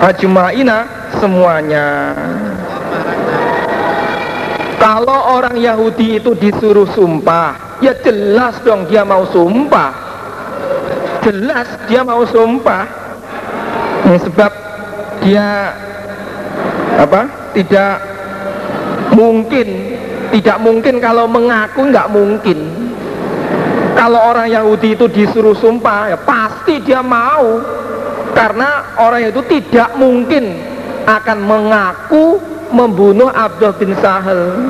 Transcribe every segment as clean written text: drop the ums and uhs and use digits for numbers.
Ajma'ina, semuanya. Kalau orang Yahudi itu disuruh sumpah, ya jelas dong dia mau sumpah. Jelas dia mau sumpah. Sebab dia tidak mungkin kalau mengaku, nggak mungkin. Kalau orang Yahudi itu disuruh sumpah, ya pasti dia mau, karena orang itu tidak mungkin akan mengaku membunuh Abdullah bin Sahal.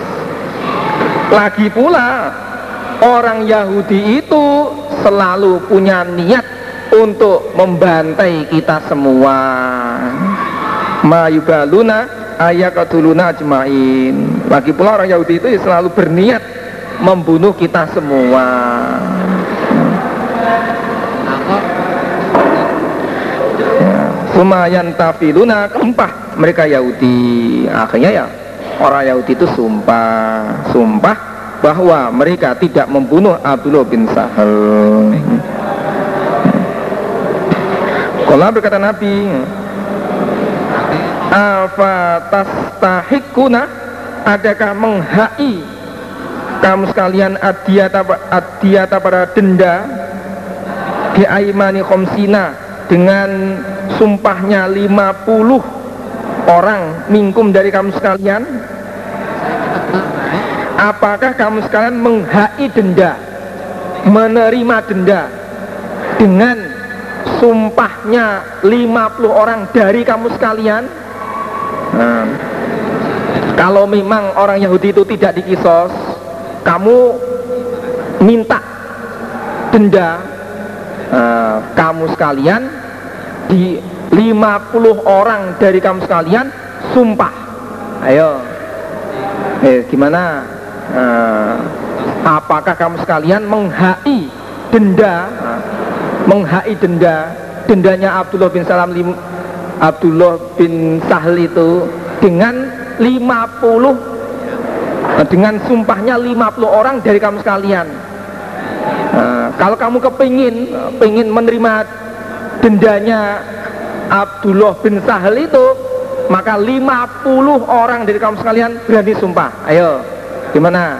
Lagi pula orang Yahudi itu selalu punya niat untuk membantai kita semua. Mayubaluna ayakatuluna ajmain. Lagi pula orang Yahudi itu selalu berniat membunuh kita semua. Lumayan tafiluna, kempah mereka Yahudi. Akhirnya ya orang Yahudi itu sumpah bahwa mereka tidak membunuh Abdullah bin Sahal. Kalau berkata Nabi, afatastahikuna, adakah menghai kamu sekalian adiyata pada denda di aimani khomsina, dengan sumpahnya 50 orang minkum dari kamu sekalian. Apakah kamu sekalian menghai denda, menerima denda dengan sumpahnya 50 orang dari kamu sekalian? Kalau memang orang Yahudi itu tidak dikisos, kamu minta denda, kamu sekalian di 50 orang dari kamu sekalian sumpah. Ayo, gimana? Apakah kamu sekalian menghai denda, dendanya Abdullah bin Sahal itu dengan 50, dengan sumpahnya 50 orang dari kamu sekalian. Kalau kamu pengen menerima dendanya Abdullah bin Sahal itu, maka 50 orang dari kamu sekalian berani sumpah. Ayo, gimana?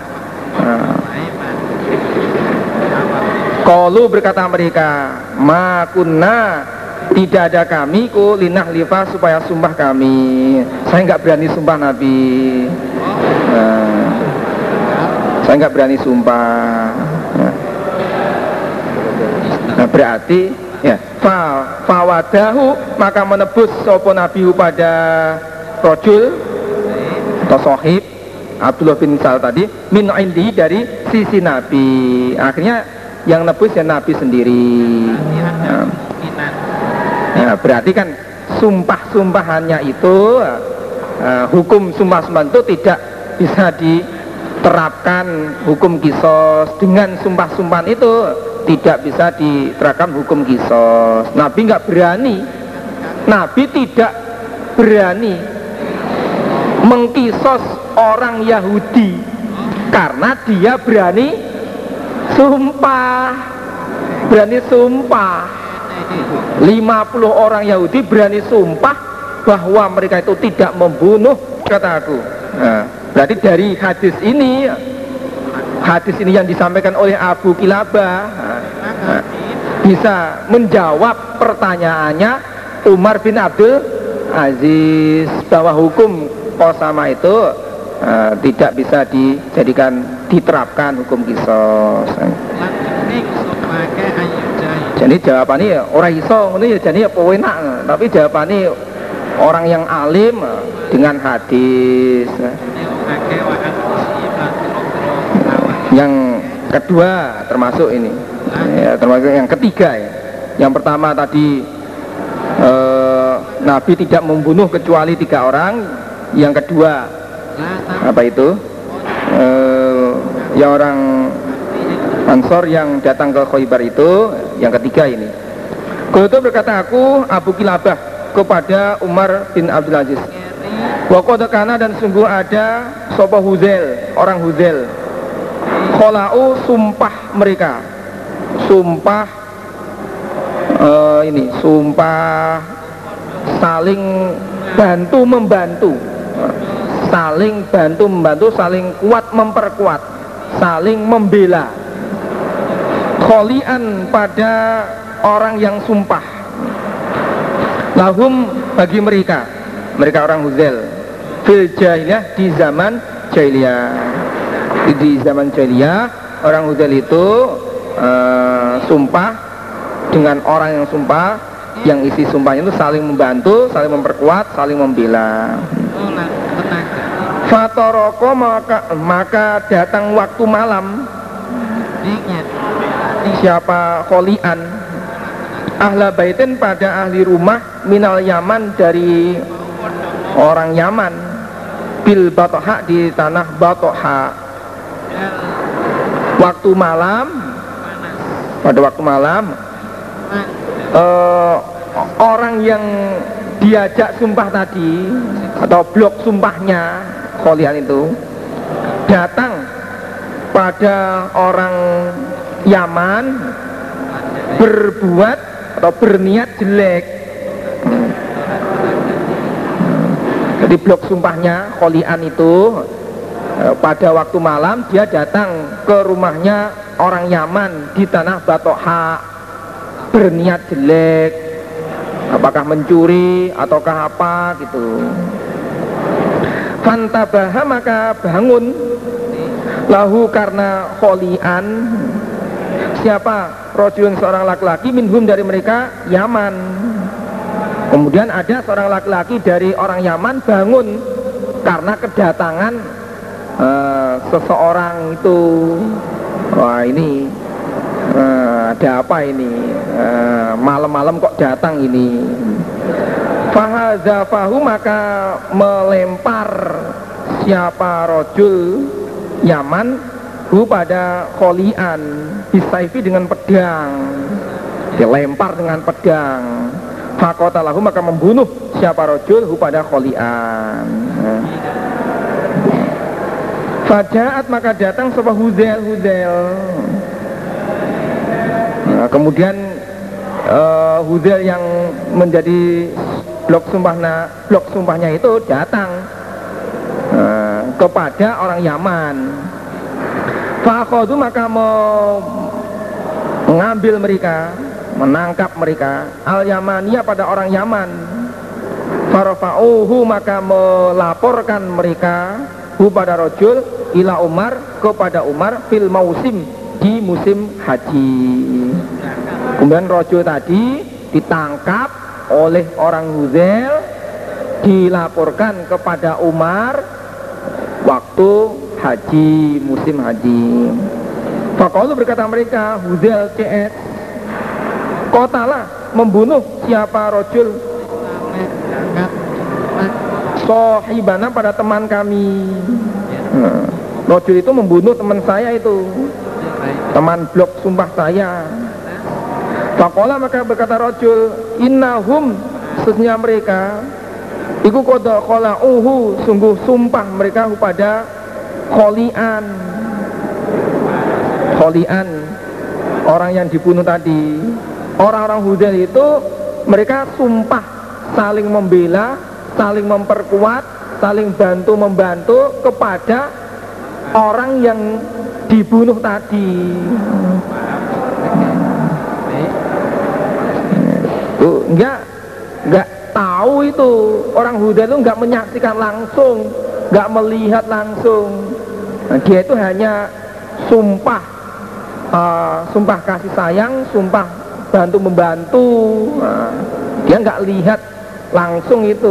Qalu, berkata mereka, makunna, tidak ada kami ku linah lifa, supaya sumpah kami. Saya nggak berani sumpah Nabi. Saya nggak berani sumpah. Nah, berarti ya fawadahu, maka menebus sopo Nabi pada rojul atau sohib Abdullah bin Sahal tadi, min indi, dari sisi Nabi. Akhirnya yang nebus ya Nabi sendiri. Nah, berarti kan sumpah-sumpahannya itu, hukum sumpah-sumpahan itu tidak bisa diterapkan hukum kisos. Dengan sumpah-sumpahan itu tidak bisa diterapkan hukum kisos. Nabi nggak berani, Nabi tidak berani mengkisos orang Yahudi karena dia berani sumpah. 50 orang Yahudi berani sumpah bahwa mereka itu tidak membunuh, kata aku. Nah, berarti dari hadis ini yang disampaikan oleh Abu Kilabah, bisa menjawab pertanyaannya Umar bin Abdul Aziz, bahwa hukum qasama itu tidak bisa diterapkan hukum kisos. Jadi jawabannya orang iso ini jadi apa enak, tapi jawabannya orang yang alim dengan hadis. Yang kedua termasuk ini, ya, termasuk yang ketiga ya. Yang pertama tadi Nabi tidak membunuh kecuali 3 orang. Yang kedua apa itu? Yang orang Ansor yang datang ke Khaybar itu. Yang ketiga ini, Qultu, berkata aku Abu Kilabah kepada Umar bin Abdul Aziz, wa qad kana, dan sungguh ada sapa Huzail, orang Huzail, khola'u, sumpah mereka, sumpah saling bantu membantu, saling bantu membantu, saling kuat memperkuat, saling membela. Kholian pada orang yang sumpah, lahum bagi mereka orang Huzail, fil jahiliyah di zaman jahiliyah. Di zaman jahiliyah orang Huzail itu sumpah dengan orang yang sumpah, yang isi sumpahnya itu saling membantu, saling memperkuat, saling membela. Fatoroko maka datang waktu malam siapa kholian ahla baitin pada ahli rumah minal Yaman dari orang Yaman bil Batoha di tanah Batoha. Waktu malam, pada waktu malam orang yang diajak sumpah tadi atau blok sumpahnya kholian itu datang pada orang Yaman berbuat atau berniat jelek. Jadi blok sumpahnya kholian itu pada waktu malam dia datang ke rumahnya orang Yaman di tanah Batoha berniat jelek, apakah mencuri ataukah apa gitu. Fantabaha maka bangun lahu karena kholian siapa rojulun seorang laki-laki minhum dari mereka Yaman. Kemudian ada seorang laki-laki dari orang Yaman bangun karena kedatangan seseorang itu. Wah ini ada apa ini, malam-malam kok datang ini. Fahazafahu maka melempar siapa rojul Yaman hu pada kholian bisaifi dengan pedang, dilempar dengan pedang. Fakotalahu maka membunuh siapa rojul hu pada kholian. Fajaat maka datang sebuah Huzail. Nah, kemudian Huzail yang menjadi blok sumpahnya itu datang kepada orang Yaman. Fakodu maka mengambil mereka, menangkap mereka al-Yamaniyah pada orang Yaman. Farafa'uhu maka melaporkan mereka hu pada rojul ila Umar kepada Umar fil mausim di musim haji. Kemudian rojul tadi ditangkap oleh orang Huzail, dilaporkan kepada Umar waktu haji, musim haji. Faqalu berkata mereka Huzail CS kotalah membunuh siapa rojul sohibana pada teman kami. Rojul itu membunuh teman saya itu, teman blok sumpah saya. Faqala maka berkata rojul innahum sesungguhnya mereka iku koda khola'uhu sungguh sumpah mereka pada kholian orang yang dibunuh tadi. Orang-orang Huzail itu mereka sumpah saling membela, saling memperkuat, saling bantu-membantu kepada orang yang dibunuh tadi. Tuh, enggak tahu itu orang Huzail itu enggak menyaksikan langsung, enggak melihat langsung. Nah, dia itu hanya sumpah, sumpah kasih sayang, sumpah bantu membantu. Nah, dia enggak lihat langsung itu.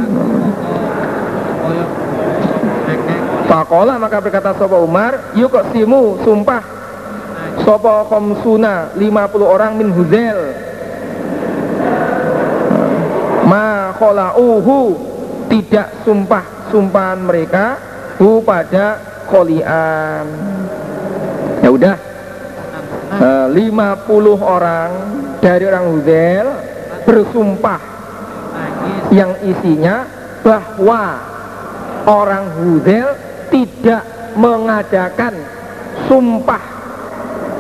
Faqala maka berkata sapa Umar, yuk simu sumpah sapa khamsuna 50 orang min Huzail ma khola'uhu tidak sumpahan mereka hu pada kholian. Ya udah 50 orang dari orang Huzail bersumpah yang isinya bahwa orang Huzail tidak mengadakan sumpah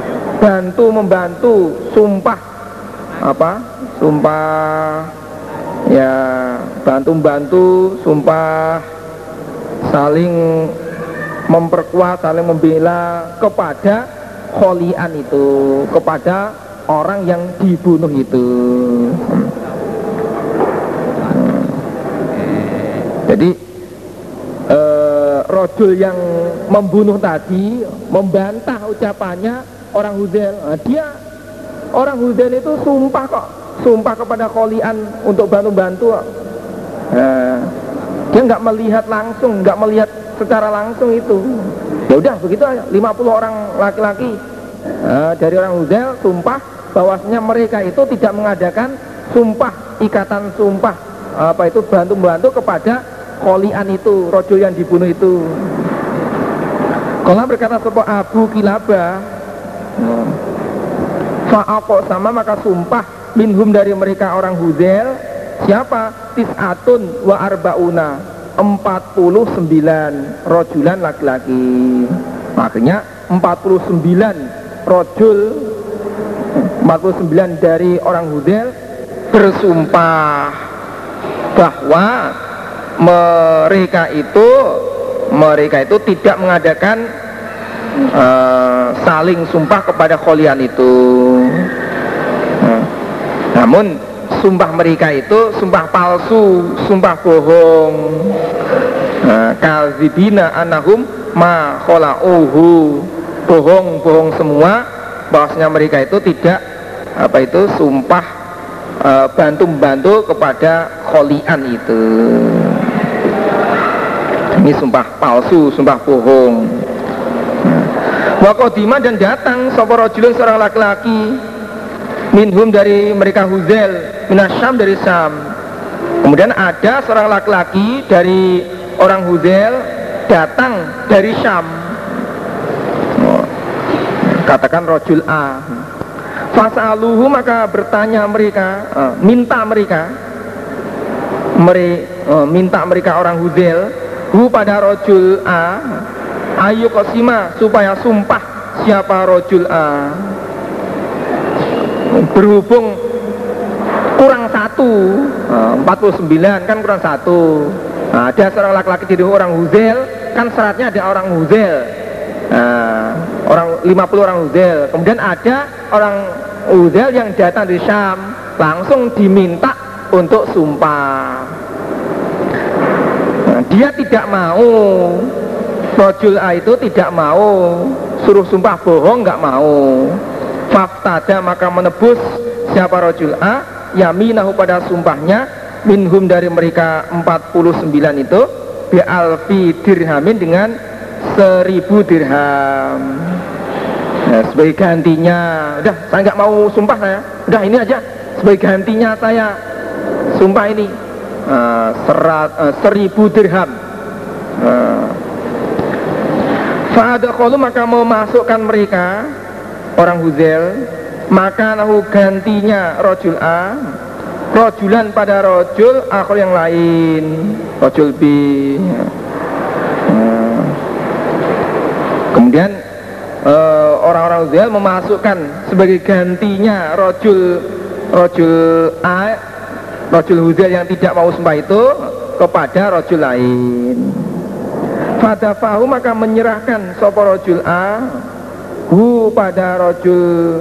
bantu membantu, sumpah apa? Sumpah ya bantu-bantu, sumpah saling memperkuat, saling membela kepada kholian itu, kepada orang yang dibunuh itu. Jadi rojul yang membunuh tadi membantah ucapannya orang Huzail. Orang Huzail itu sumpah kok, sumpah kepada kholian untuk bantu-bantu. Dia nggak melihat langsung, nggak melihat secara langsung itu. Ya udah begitu aja. 50 orang laki-laki dari orang Huzail sumpah bahwasanya mereka itu tidak mengadakan sumpah, ikatan sumpah apa itu bantu-bantu kepada kholian itu, rojul yang dibunuh itu. Kalau berkata sebuah Abu Kilabah, fa'aqo sama maka sumpah minhum dari mereka orang Huzail. Siapa? Tis'atun wa arba'una, 49 rojulan laki-laki. Makanya 49 rojul, 49 dari orang Huzail bersumpah bahwa mereka itu tidak mengadakan saling sumpah kepada kholian itu. Namun sumpah mereka itu sumpah palsu, sumpah bohong. Kazibina anahum ma khola'uhu, bohong semua bahwasanya mereka itu tidak apa itu sumpah bantu-bantu kepada kholian itu. Ini sumpah palsu, sumpah bohong. Wa qadima dan datang sapa rajulun seorang laki-laki minhum dari mereka Huzail minasyam dari Syam. Kemudian ada seorang laki-laki dari orang Huzail datang dari Syam. Katakan rajul A. Fas'aluhu maka bertanya mereka, minta mereka orang Huzail pada rojul A, ayu qasima supaya sumpah siapa rojul A. Berhubung kurang 1, 49 kan kurang 1. Ada seorang laki-laki dari orang Huzail, kan syaratnya ada orang Huzail. Orang 50 orang Huzail. Kemudian ada orang Huzail yang datang dari Syam, langsung diminta untuk sumpah. Dia tidak mau, rojul A itu tidak mau, suruh sumpah bohong nggak mau. Faftada maka menebus siapa rojul A yaminahu pada sumpahnya minhum dari mereka 49 itu bi'alfi dirhamin dengan 1000 dirham. Nah, sebagai gantinya, udah saya nggak mau sumpah saya, udah ini aja sebagai gantinya saya sumpah ini 1000 dirham. Fa'adakhalu maka mau masukkan mereka orang Huzail, maka nahu gantinya rojul A, rojulan pada rojul akhir yang lain, rojul B. Kemudian orang-orang Huzail memasukkan sebagai gantinya rojul A, rojul Huzail yang tidak mau sumpah itu kepada rojul lain. Fadafahu maka menyerahkan sopo rojul A pada rojul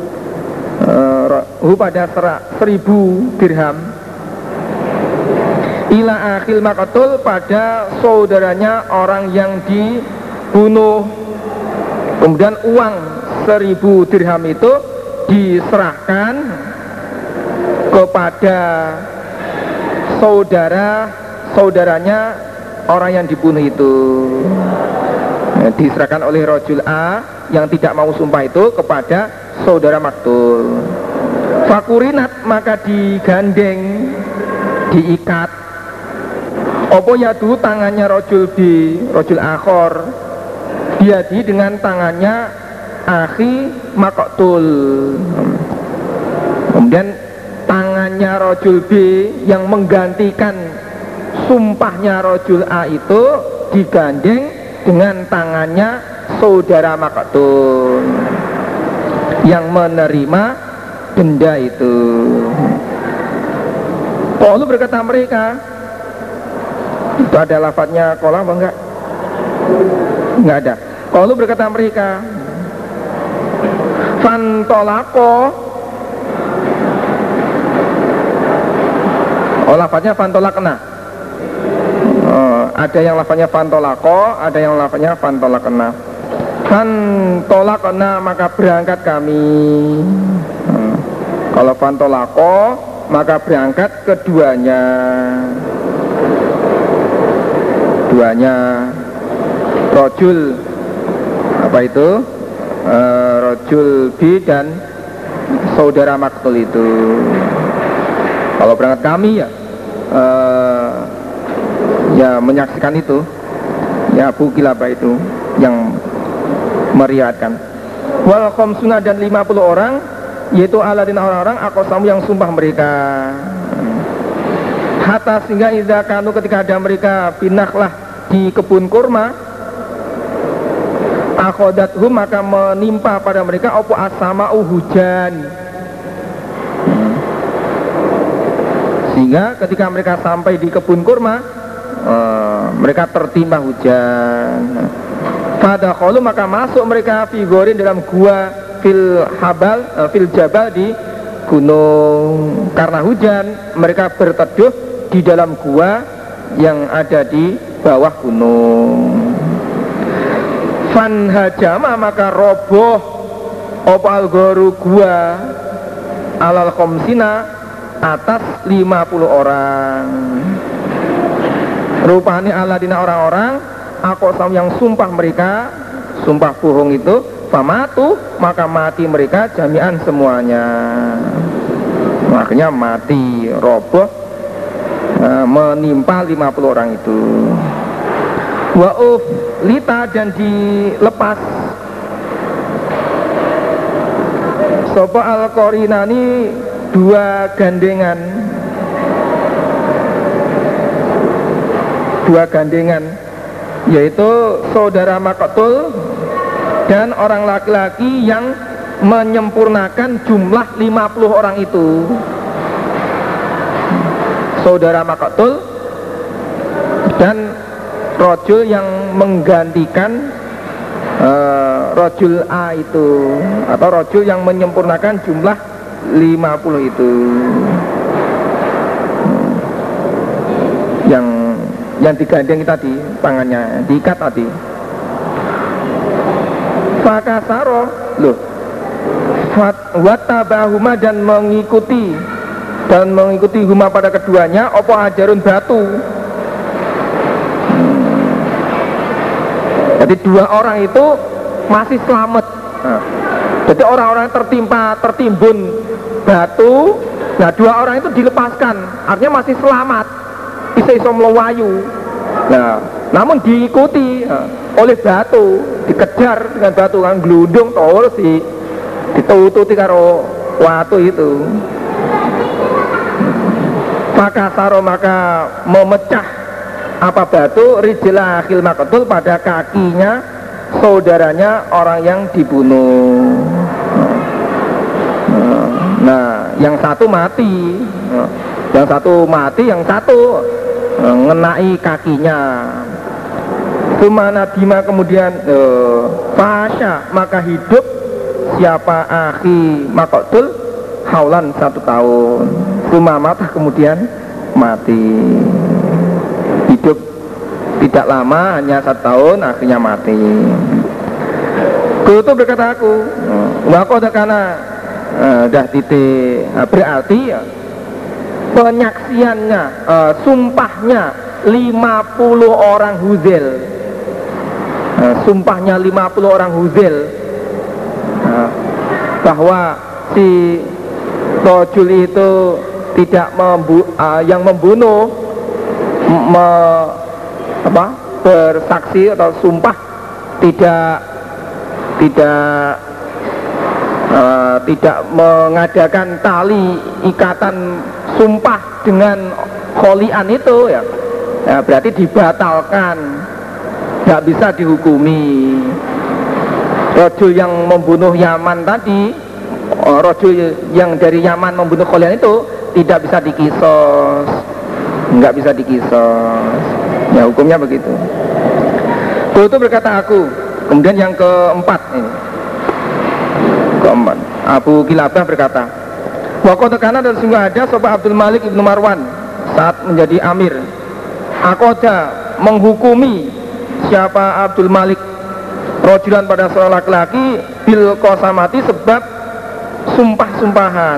pada 1000 dirham ila akhil maqtul pada saudaranya orang yang dibunuh. Kemudian uang 1000 dirham itu diserahkan kepada saudaranya orang yang dibunuh itu. Diserahkan oleh rojul A yang tidak mau sumpah itu kepada saudara maktul. Fakurinat maka digandeng, diikat. Opo yadu tangannya rojul B, rojul akhor, diadi dengan tangannya akhi maktul. Kemudian tangannya rojul B yang menggantikan sumpahnya rojul A itu digandeng dengan tangannya saudara maktul yang menerima denda itu. Qalu berkata mereka, itu ada lafadznya qala apa enggak? Enggak ada. Qalu berkata mereka, fantolako, oh lafadznya fantolakna. Ada yang lafadznya fantolako, ada yang lafadznya fantolakna. Fantolakna maka berangkat kami. Kalau fantolako maka berangkat keduanya. Duanya rojul, apa itu? Rojul B dan saudara maktul itu. Kalau berangkat kami ya ya menyaksikan itu, ya Abu Kilabah itu yang meriwayatkan. Wal khamsuna dan 50 orang, yaitu aladina orang-orang aqsamu yang sumpah mereka. Hatta sehingga idza kanu ketika ada mereka binaklah di kebun kurma, akhodathum maka menimpa pada mereka opo asama'u hujan. Sehingga ketika mereka sampai di kebun kurma, mereka tertimpa hujan. Pada qalu maka masuk mereka figorin dalam gua fil jabal di gunung. Karena hujan mereka berteduh di dalam gua yang ada di bawah gunung. Fanhajama maka roboh opo algoru gua alal khamsina atas 50 orang. Rupanya aladina orang-orang aqsam yang sumpah mereka, sumpah bohong itu, famatu maka mati mereka jami'an semuanya. Makanya mati, roboh, menimpa 50 orang itu. Wa'uf lita dan dilepas sopo al-qarinani dua gandengan, yaitu saudara maktul dan orang laki-laki yang menyempurnakan jumlah 50 orang itu. Saudara maktul dan rojul yang menggantikan rojul A itu, atau rojul yang menyempurnakan jumlah 50 itu, yang digandeng tadi, tangannya diikat tadi. Fakasaro loh, watabahuma dan mengikuti huma pada keduanya opo hajarun batu. Jadi dua orang itu masih selamat. Jadi orang-orang tertimbun batu, nah dua orang itu dilepaskan, artinya masih selamat, bisa melayu. Nah, namun diikuti oleh batu, dikejar dengan batu kan glundung terus ditututi karo watu itu. Maka saro maka memecah apa batu rijla akhil maqtul pada kakinya saudaranya orang yang dibunuh. Nah, yang satu mati, yang satu ngenai kakinya. Sumana dima kemudian fasya maka hidup siapa akhi maqtul haulan 1 tahun. Sumamata kemudian mati. Hidup tidak lama, hanya 1 tahun, akhirnya mati. Kutu berkata aku, wakoda karena dah titik, berarti penyaksiannya, sumpahnya 50 orang Huzil, sumpahnya 50 orang Huzil, bahwa si rojul itu tidak yang membunuh bersaksi atau sumpah tidak mengadakan tali ikatan sumpah dengan kholian itu ya, berarti dibatalkan, tidak bisa dihukumi. Rojul yang membunuh Yaman tadi, rojul yang dari Yaman membunuh kholian itu tidak bisa dikisos, nggak bisa dikisos. Ya hukumnya begitu. Itu berkata aku. Kemudian yang keempat ini. Keempat, Abu Kilabah berkata, Waqad kana dan sungguh ada sapa Abdul Malik ibnu Marwan saat menjadi amir. Aqada menghukumi siapa Abdul Malik rojulan pada seorang laki-laki bil qasamati sebab sumpah-sumpahan.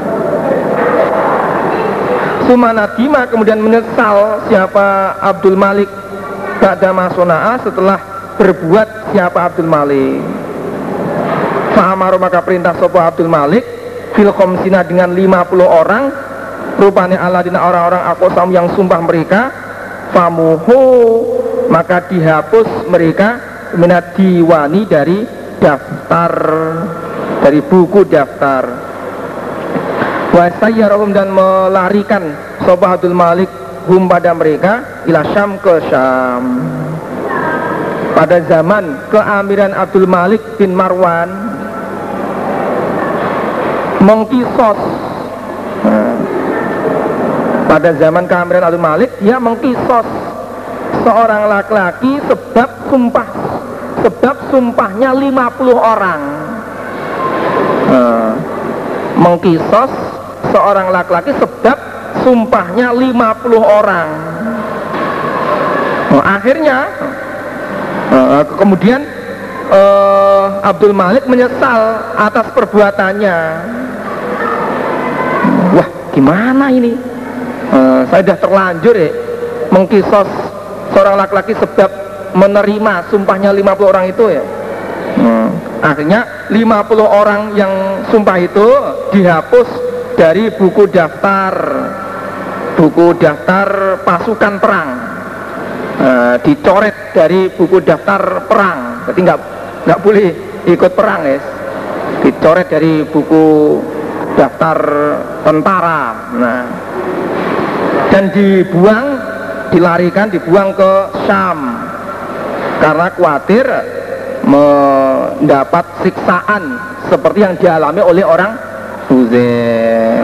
Sumanadima kemudian menyesal siapa Abdul Malik ba'da masona'ah setelah berbuat siapa Abdul Malik. Fa'amaru maka perintah sopa Abdul Malik fil khomsina dengan 50 orang rupanya aladina orang-orang aqosam yang sumpah mereka. Famuhu maka dihapus mereka minat diwani dari daftar, dari buku daftar. Wasayyarahum dan melarikan sopa Abdul Malik hum pada mereka ila Syam ke Syam. Pada zaman keamiran Abdul Malik bin Marwan mengkisos, pada zaman keamiran Abdul Malik dia mengkisos seorang laki-laki sebab sumpahnya 50 orang. Mengkisos seorang laki-laki sebab sumpahnya 50 orang. Akhirnya kemudian Abdul Malik menyesal atas perbuatannya. Wah, gimana ini? Saya sudah terlanjur ya mengkisos seorang laki-laki sebab menerima sumpahnya 50 orang itu ya. Akhirnya 50 orang yang sumpah itu dihapus dari buku daftar pasukan perang. Dicoret dari buku daftar perang. Jadi nggak boleh ikut perang, guys. Dicoret dari buku daftar tentara. Nah, dan dibuang ke Syam karena khawatir mendapat siksaan seperti yang dialami oleh orang Huzail.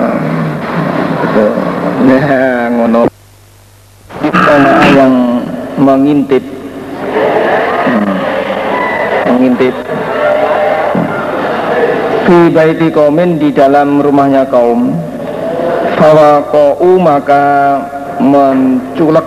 Nah, ngono. Yang mengintip fi baiti qaumin di dalam rumahnya kaum. Fawaqa'u maka mencolok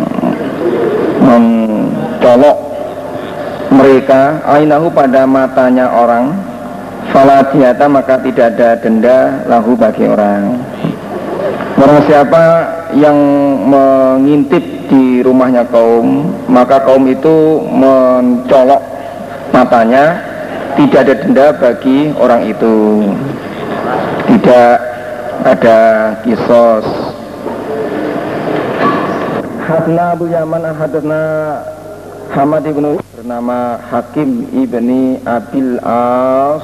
mereka ainahu pada matanya orang. Faladiyata maka tidak ada denda lahu bagi orang. Barang siapa yang mengintip di rumahnya kaum, maka kaum itu mencolok matanya, tidak ada denda bagi orang itu, tidak ada kisos. Hadna Abu Yaman hadna Hamad ibnu bernama Hakim ibni Abil As.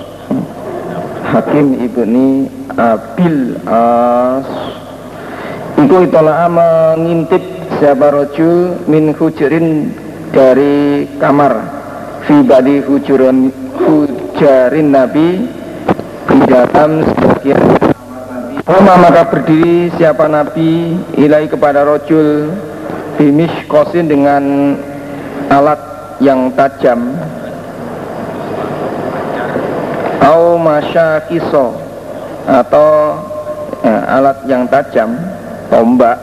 Hakim ibni Abil As iku itola'a mengintip siapa rojul min hujurin dari kamar fi badi hujarin Nabi di dalam sebagian maka berdiri siapa Nabi ilai kepada rojul bimish kosin dengan alat yang tajam au masya kiso atau alat yang tajam, tombak.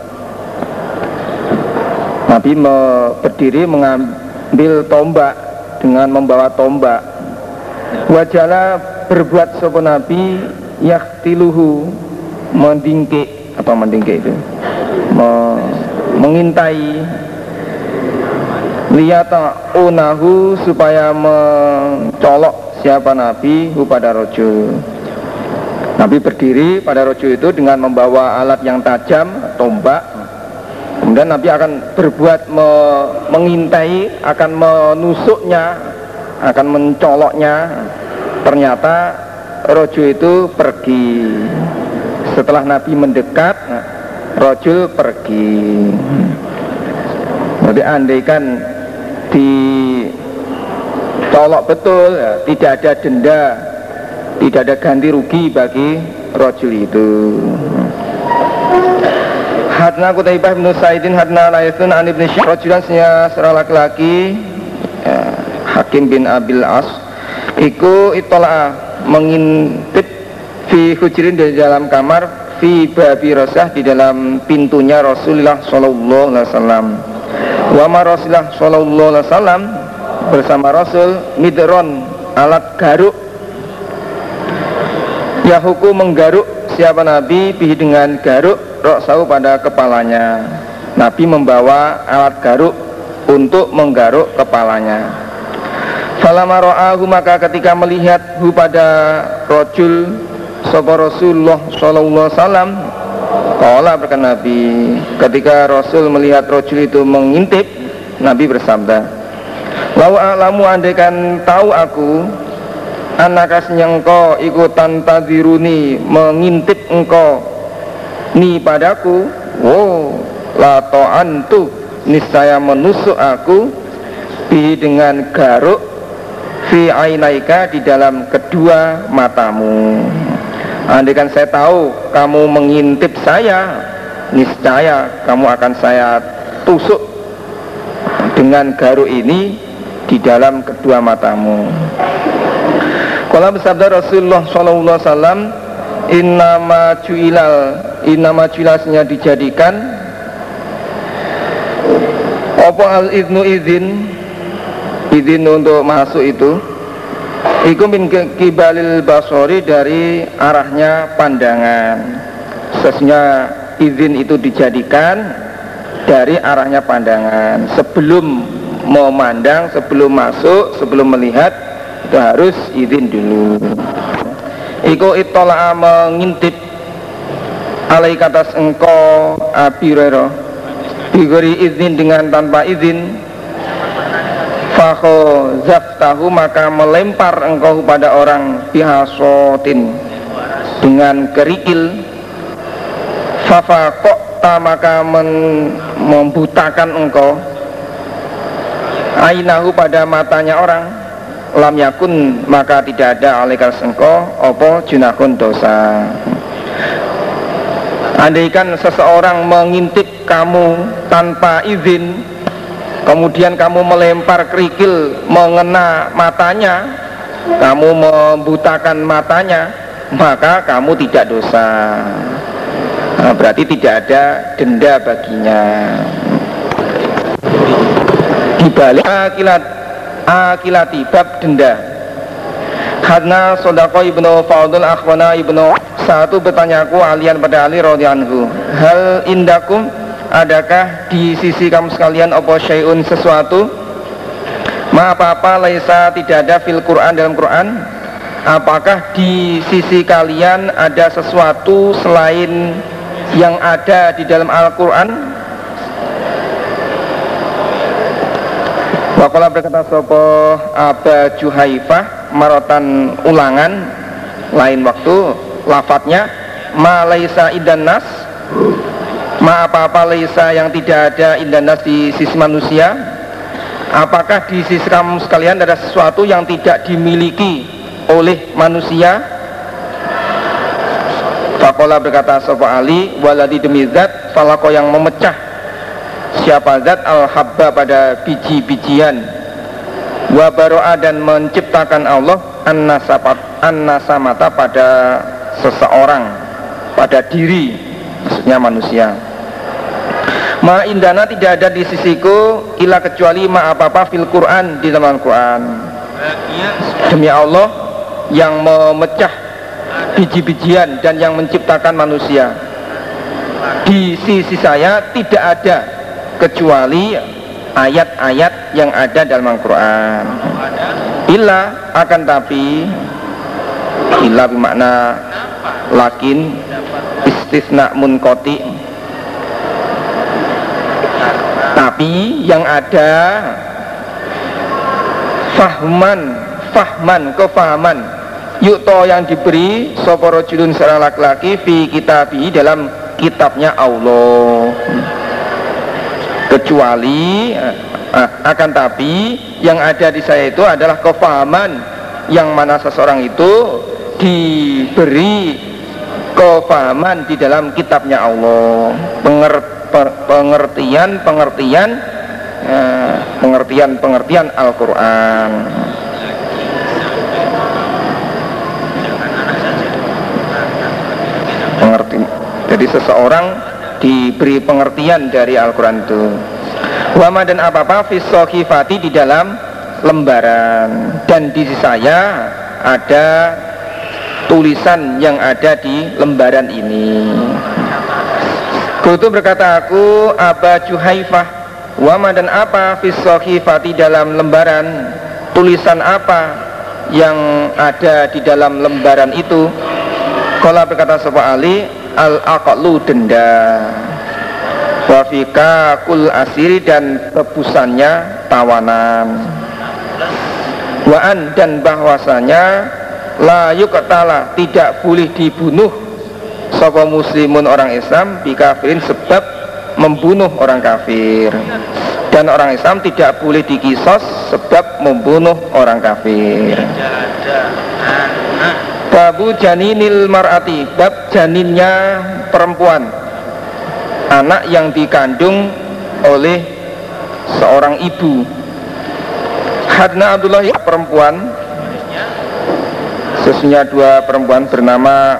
Nabi berdiri mengambil tombak dengan membawa tombak. Wajala berbuat sopo Nabi yaktiluhu mendingkik atau mendingkik itu mengintai liyata unahu supaya mencolok siapa Nabi pada rojul. Nabi berdiri pada rojul itu dengan membawa alat yang tajam, tombak. Kemudian Nabi akan berbuat mengintai, akan menusuknya, akan mencoloknya. Ternyata rojul itu pergi. Setelah Nabi mendekat, rojul pergi. Jadi andaikan dicolok betul, ya, tidak ada denda tidak ada ganti rugi bagi rajul itu. Hadna Qutaibah bin Sa'idin hadna Laithun an Ibnu Syihab rajulan seorang laki-laki Hakim bin Abil As iku itola'a mengintip fi hujrin di dalam kamar fi babi Rasulullah di dalam pintunya Rasulullah sallallahu alaihi wasallam. Wa ma Rasulullah sallallahu alaihi wasallam bersama Rasul midron alat garuk Yahuku menggaruk siapa Nabi bihi dengan garuk roksahu pada kepalanya. Nabi membawa alat garuk untuk menggaruk kepalanya. Falamma ra'ahu maka ketika melihat hu pada rajul sapa Rasulullah sallallahu alaihi wasallam qala berkata Nabi ketika Rasul melihat rajul itu mengintip Nabi bersabda lau a'lamu andaikan tahu aku anakasnya engkau ikutan tadziruni mengintip engkau ni padaku la ta'antu niscaya menusuk aku bi dengan garuk fi ainaika di dalam kedua matamu. Andaikan saya tahu kamu mengintip saya niscaya kamu akan saya tusuk dengan garuk ini di dalam kedua matamu. Qala bersabda Rasulullah sallallahu alaihi wasallam innama juilasnya dijadikan apa al-idnu izin untuk masuk itu iku min kibalil basori dari arahnya pandangan. Sesungguhnya izin itu dijadikan dari arahnya pandangan. Sebelum memandang, sebelum masuk, sebelum melihat itu harus izin dulu. Iku itola'a mengintip alai katas engkau Abi Hurairah bigori izin dengan tanpa izin fakho zaftahu maka melempar engkau pada orang bihasotin dengan kerikil fafakokta maka membutakan engkau ainahu pada matanya orang lam yakun maka tidak ada alaikal sengko opo junakun dosa. Andaikan seseorang mengintip kamu tanpa izin kemudian kamu melempar kerikil mengena matanya, kamu membutakan matanya, maka kamu tidak dosa. Berarti tidak ada denda baginya. Dibalik akilati bab denda. Hadna Sodaqo ibnu Fadl akhwana ibnu satu bertanyaku alian pada Ali radhiyallahu anhu hal indakum adakah di sisi kamu sekalian apa syai'un sesuatu ma apa-apa laisa tidak ada fil Quran dalam Quran apakah di sisi kalian ada sesuatu selain yang ada di dalam Al-Quran. Waqala berkata sapa Aba Juhaifah marotan ulangan lain waktu lafadznya ma laisa idan nas ma apa-apa laisa yang tidak ada idan nas di sisi manusia apakah di sisi kamu sekalian ada sesuatu yang tidak dimiliki oleh manusia. Faqala berkata sapa Ali waladi demi zat falako yang memecah siapa zat al-habba pada biji-bijian wa baro'a dan menciptakan Allah an-nasamata pada seseorang pada diri maksudnya manusia. Ma indana tidak ada di sisiku ila kecuali ma apa-apa fil Quran di dalam Al-Quran. Demi Allah yang memecah biji-bijian dan yang menciptakan manusia di sisi saya tidak ada kecuali ayat-ayat yang ada dalam Al-Quran. Illa akan tapi illa bermakna lakin istisna munqati tapi yang ada fahman kefahaman yukto yang diberi sapa rajulun seorang laki-laki fi kitabi dalam kitabnya Allah. Kecuali akan tapi yang ada di saya itu adalah kefahaman yang mana seseorang itu diberi kefahaman di dalam kitabnya Allah, pengertian Al-Quran. Jadi seseorang diberi pengertian dari Al-Quran itu. Wama dan apa-apa fis-sohifati di dalam lembaran, dan di sisi saya ada tulisan yang ada di lembaran ini. Kultu berkata aku, Aba Juhaifah, wama dan apa fis-sohifati dalam lembaran, tulisan apa yang ada di dalam lembaran itu? Kala berkata sapa Ali, al-aqlu denda, wafika kul asiri dan tebusannya tawanan, waan dan bahwasanya la yuqtala tidak boleh dibunuh sapa muslimun orang Islam bikafirin sebab membunuh orang kafir, dan orang Islam tidak boleh dikisos sebab membunuh orang kafir. Babu janinil mar'ati, bab janinnya perempuan, anak yang dikandung oleh seorang ibu. Hadna Abdullah perempuan, sesungguhnya dua perempuan bernama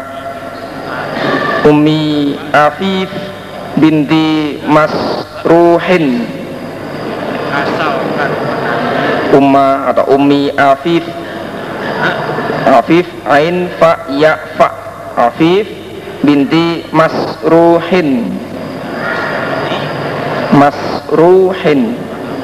Ummi Afif binti Masruhin, Umma atau Ummi Afif, Afif ain fa ya fa, Afif binti Masruhin, Masruhin.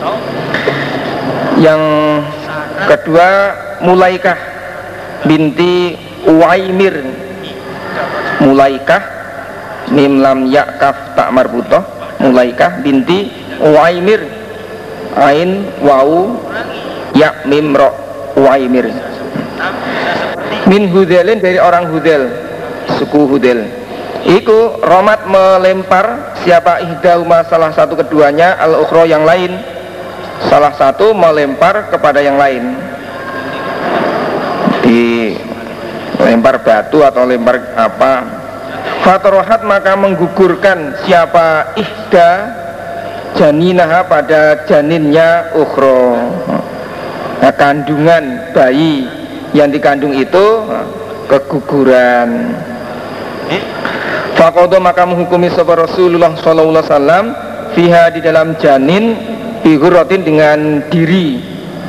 Yang kedua Mulaikah binti Uwaimir, Mulaikah mim lam ya kaf tak marbutoh, Mulaikah binti Uwaimir ain wau ya mim ro Uwaimir. Min Hudzailin dari orang Hudzail, suku Hudzail. Iku romat melempar siapa ihdahuma salah satu keduanya al-ukhra yang lain, salah satu melempar kepada yang lain, dilempar batu atau lempar apa. Fatorohat maka menggugurkan siapa ihda janinaha pada janinnya ukhra, nah, kandungan bayi yang dikandung itu keguguran. Faqadha maka menghukumi sapa Rasulullah sallallahu alaihi wasallam fiha di dalam janin bihuratin dengan diri,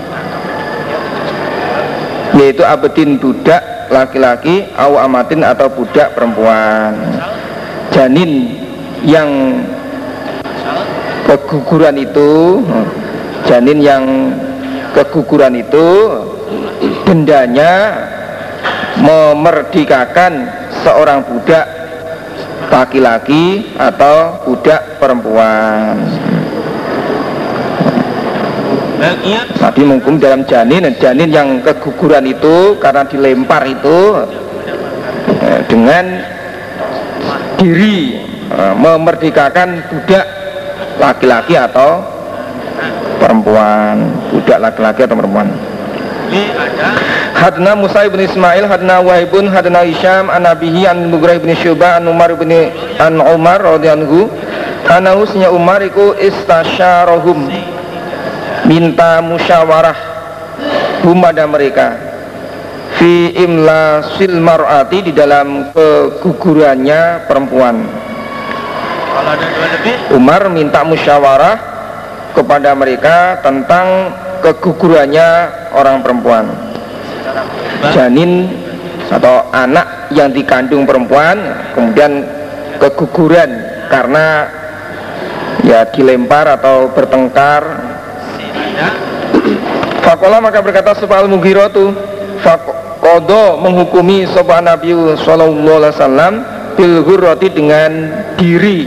yaitu abedin budak laki-laki au amatin atau budak perempuan. Janin yang keguguran itu, janin yang keguguran itu dendanya memerdekakan seorang budak laki-laki atau budak perempuan. Nabi menghukum dalam janin yang keguguran itu karena dilempar itu dengan diri memerdekakan budak laki-laki atau perempuan, budak laki-laki atau perempuan. Hadna Musa ibn Ismail, hadna Wahibun, hadna Hisham, an Nabihi, an Mughirah ibn Syu'bah, an Umar radhiyallahu anhu, usnya Umar iku istasyarahum, minta musyawarah hum pada mereka, fi imla sil mar'ati di dalam kegugurannya perempuan. Umar minta musyawarah kepada mereka tentang kegugurannya orang perempuan, janin atau anak yang dikandung perempuan kemudian keguguran karena ya dilempar atau bertengkar. Fakola maka berkata sapa al-Mughirah tu, faqadha menghukumi sapa Nabi sallallahu alaihi wasallam bil ghurrati dengan diri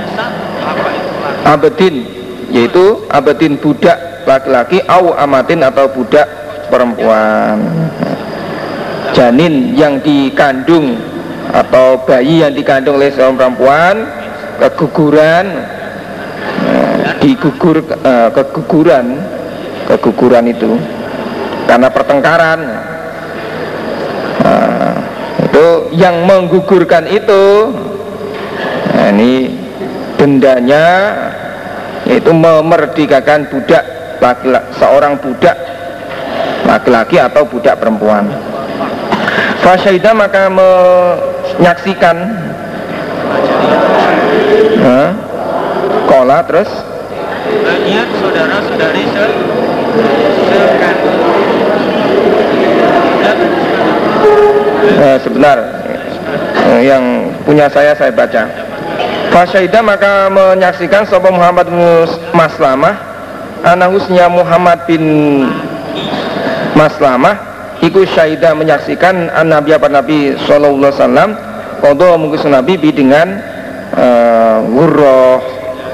abedin, yaitu abedin budak laki-laki au amatin atau budak perempuan. Janin yang dikandung atau bayi yang dikandung oleh seorang perempuan keguguran, keguguran itu karena pertengkaran, itu yang menggugurkan itu, nah ini dendanya yaitu memerdekakan budak laki-laki, seorang budak laki-laki atau budak perempuan. Fasyahidah maka menyaksikan kola terus bagian saudara-saudari sebentar, yang punya saya baca. Fasyahidah maka menyaksikan sapa Muhammad bin Maslamah anahusnya Muhammad bin Maslamah iku syahidah menyaksikan an-nabi apa Nabi sallallahu alaihi wasallam qadha mungkus Nabi bi dengan gurroh.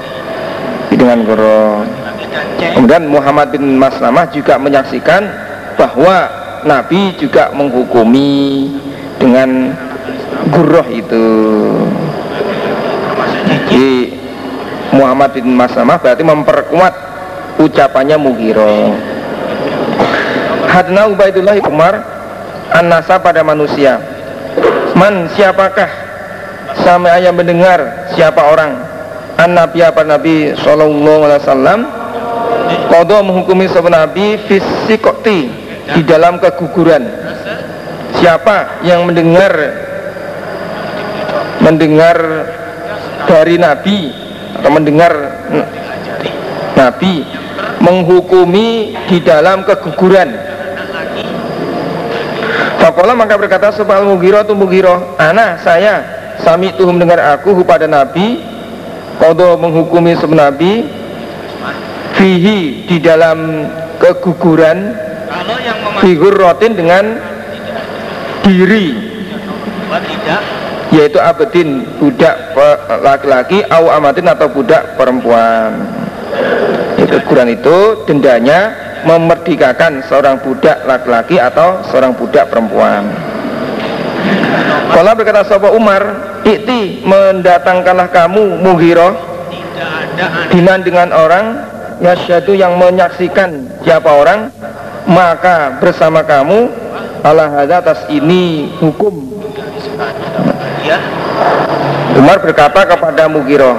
Kemudian Muhammad bin Maslamah juga menyaksikan bahwa Nabi juga menghukumi dengan gurroh itu. Jadi Muhammad bin Maslamah berarti memperkuat ucapannya Mughirah. Hadna Ubaidullah Umar an-nasa pada manusia. Man siapakah sampai ayah mendengar siapa orang an-nabi apa Nabi sallallahu alaihi wasallam qadha menghukumi seorang nabi fisikoti di dalam keguguran. Siapa yang mendengar dari nabi atau mendengar nabi menghukumi di dalam keguguran. Faqala maka berkata sebal Mughirah tu Mughirah, ana saya sami tuhum dengar aku pada nabi qadha menghukumi seorang nabi fihi di dalam keguguran figur rotin dengan diri yaitu abedin budak laki-laki au amatin atau budak perempuan. Keguguran itu dendanya memerdekakan seorang budak laki-laki atau seorang budak perempuan. Kalau berkata sahabat Umar, ikti mendatangkanlah kamu Mughirah dengan orang yasyadu yang menyaksikan siapa orang, maka bersama kamu ala hadza atas ini hukum. Umar berkata kepada Mughirah,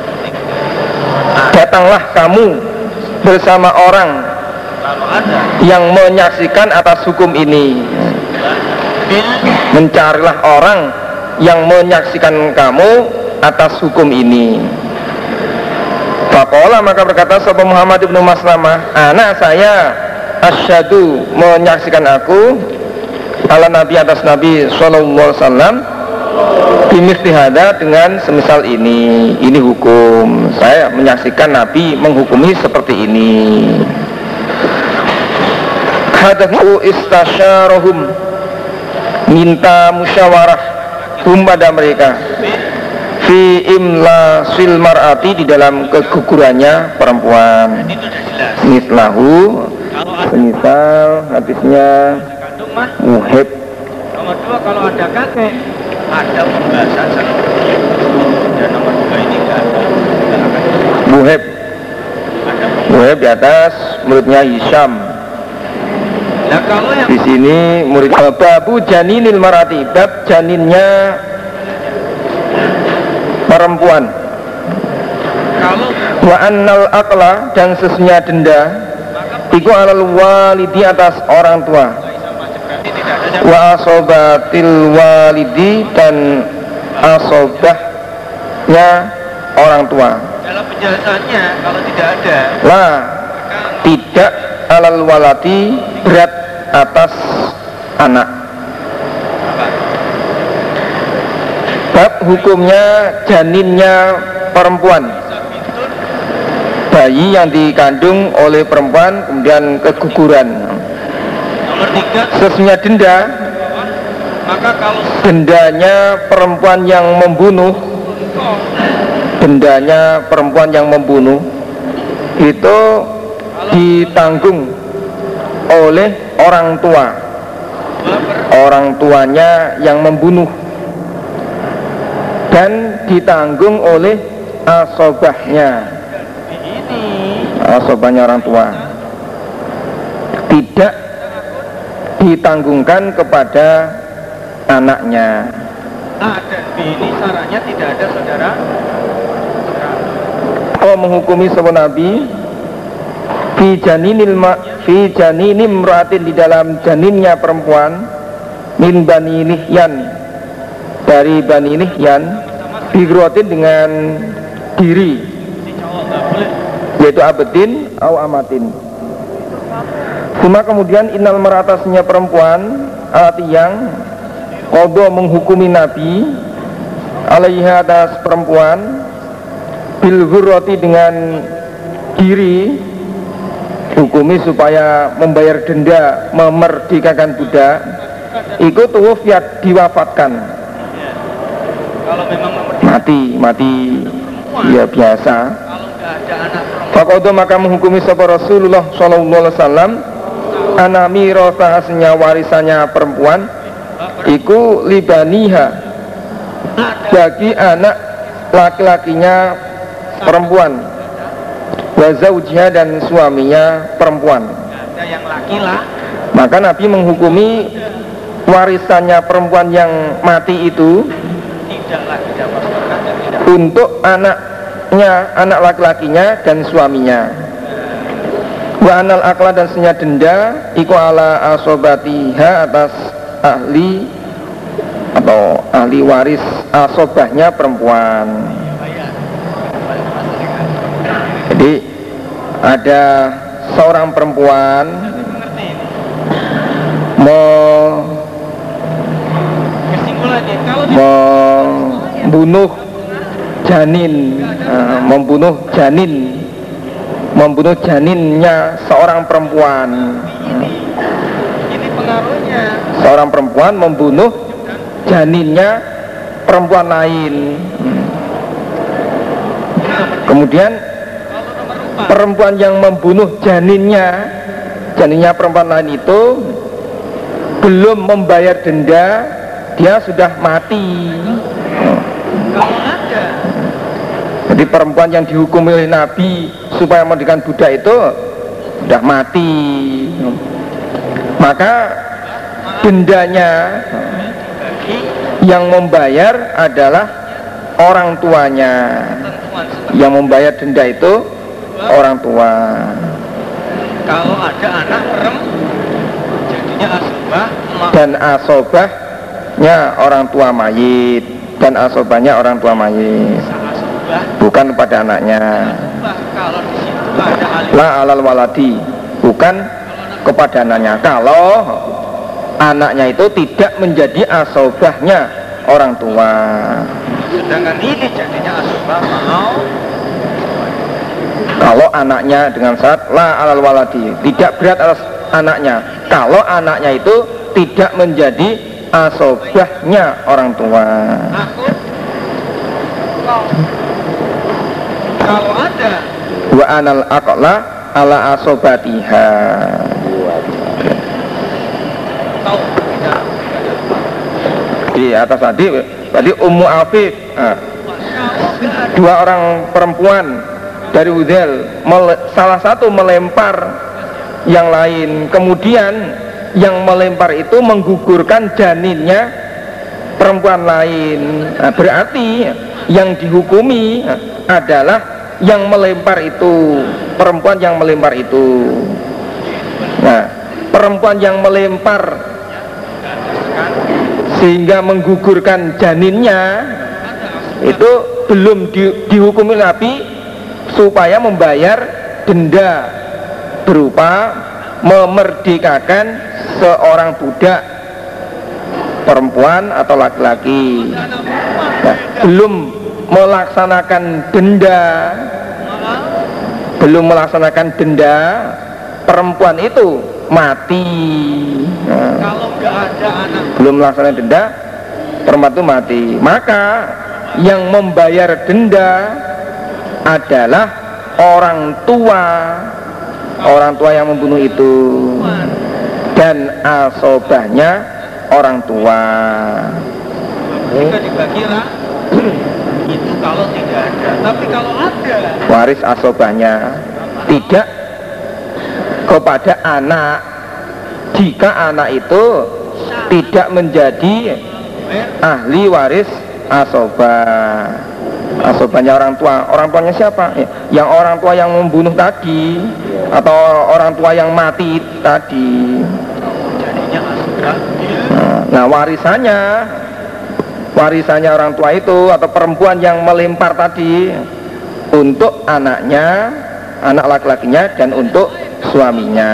datanglah kamu bersama orang yang menyaksikan atas hukum ini. Mencarilah orang yang menyaksikan kamu atas hukum ini. Faqala maka berkata sahabat Muhammad bin Maslamah, ana saya asyhadu menyaksikan aku ala nabi atas Nabi sallallahu alaihi wasallam bimisli hada dengan semisal ini hukum. Saya menyaksikan Nabi menghukumi seperti ini. Hadafu istasyarahum, minta musyawarah pada mereka fi imla sil mar'ati di dalam kegugurannya perempuan. Mislahu semisal hadisnya Muhib. Nomor 2 kalau ada kakek ada pembahasan dan nomor 2 ini enggak ada. Muhib di atas muridnya Hisham. Nah, kalau yang di sini murid babu janinil marati, bab janinnya perempuan. Kalau Wa annal aqla dan sesungguhnya denda iku alal walidi atas orang tua. Wa asobatil walidi dan asobahnya orang tua. dalam penjelasannya kalau tidak ada Lah tidak alal waladi berat atas anak. Bab hukumnya janinnya perempuan, bayi yang dikandung oleh perempuan kemudian keguguran. nomor 3 Sesungguhnya denda, maka kalau dendanya perempuan yang membunuh, dendanya perempuan yang membunuh itu ditanggung oleh orang tua, orang tuanya yang membunuh, dan ditanggung oleh asobahnya, asobahnya orang tua, tidak ditanggungkan kepada anaknya. A dan B ini syaratnya tidak ada saudara. Oh, menghukumi sebuah nabi fi janinim ratin, di dalam janinnya perempuan, min bani Lihyan, dari bani Lihyan, bigrotin dengan diri, yaitu abedin au amatin. Cuma kemudian innal meratasnya perempuan alati yang kodo menghukumi nabi alaiha atas perempuan bil hurrati dengan diri, hukumi supaya membayar denda memerdekakan budak, ikut tuwufiyat diwafatkan, Kalau memang mati ya biasa. kalau nggak ada anak perempuan, Faqadu maka menghukumi sapa Rasulullah sallallahu alaihi wasallam anami rosa asnya warisannya perempuan iku libaniha, bagi anak laki-lakinya perempuan, wa zaujiha, dan suaminya perempuan. ada yang laki lah. Maka Nabi menghukumi warisannya perempuan yang mati itu Tidak lagi dapat berkat dan tidak. untuk anaknya, anak laki-lakinya dan suaminya. Wa anal akla, dan senya denda iku ala asobatiha, atas ahli atau ahli waris asobahnya perempuan. Jadi ada seorang perempuan Kesimpulannya kalau membunuh janin, membunuh janinnya seorang perempuan. ini pengaruhnya Seorang perempuan membunuh janinnya perempuan lain. Kemudian perempuan yang membunuh janinnya perempuan lain itu belum membayar denda, dia sudah mati. kalau ada Jadi perempuan yang dihukum oleh Nabi supaya memerdekakan budak itu sudah mati. Maka dendanya yang membayar adalah orang tuanya. Yang membayar denda itu orang tua. kalau ada anak perempuan jadinya asobah, Dan asobahnya orang tua mayit, dan asobahnya orang tua mayit, asobah, bukan pada anaknya. kalau di situ ada ahli La alal waladi, bukan kepada anaknya. Kalau anaknya itu tidak menjadi asobahnya orang tua. sedangkan ini jadinya asobah mau Kalau anaknya dengan syarat la alal waladi, tidak berat atas anaknya. Kalau anaknya itu tidak menjadi asobahnya orang tua. akut. Kalau ada Wa anal aqla ala asobatiha. tahu tidak Di atas tadi Ummu Afif, dua orang perempuan dari Hudzail, salah satu melempar yang lain, kemudian yang melempar itu menggugurkan janinnya perempuan lain. Berarti yang dihukumi adalah yang melempar itu, perempuan yang melempar itu. Nah, perempuan yang melempar sehingga menggugurkan janinnya itu belum dihukumi Nabi supaya membayar denda berupa memerdekakan seorang budak perempuan atau laki-laki. Nah, belum melaksanakan denda, perempuan itu mati. Nah, kalau nggak ada anak belum melaksanakan denda, perempuan itu mati. Maka yang membayar denda adalah orang tua yang membunuh itu, dan asobahnya orang tua. jika dibagi itu kalau tidak ada, tapi kalau ada Waris asobahnya tidak kepada anak jika anak itu tidak menjadi ahli waris asobah. Asobahnya orang tua. Orang tuanya siapa? Yang orang tua yang membunuh tadi, atau orang tua yang mati tadi. Nah, warisannya orang tua itu atau perempuan yang melempar tadi untuk anaknya, anak laki-lakinya, dan untuk suaminya.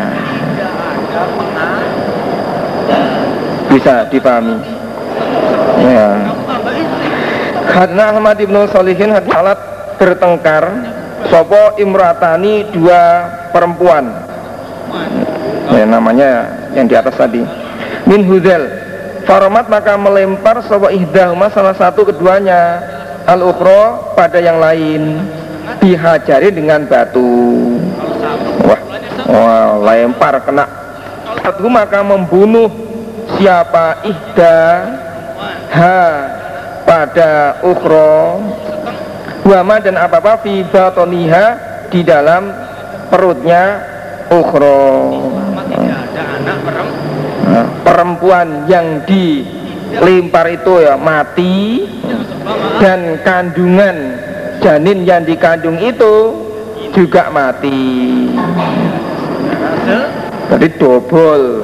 Bisa dipahami ya. Hadna Ahmad ibnu Solihin alat bertengkar sopo imratani, dua perempuan ya, namanya yang di atas tadi. Min Huzel Faromat, maka melempar sopo ihdahuma, salah satu keduanya, al-ukhra, pada yang lain, bihajari, dengan batu. Wah, lempar kena satu, maka membunuh siapa ihda ha pada ukhra, wama, dan apa-apa fi batoniha, di dalam perutnya ukhra. Perempuan yang dilempar itu ya mati, dan kandungan janin yang dikandung itu juga mati. Jadi double.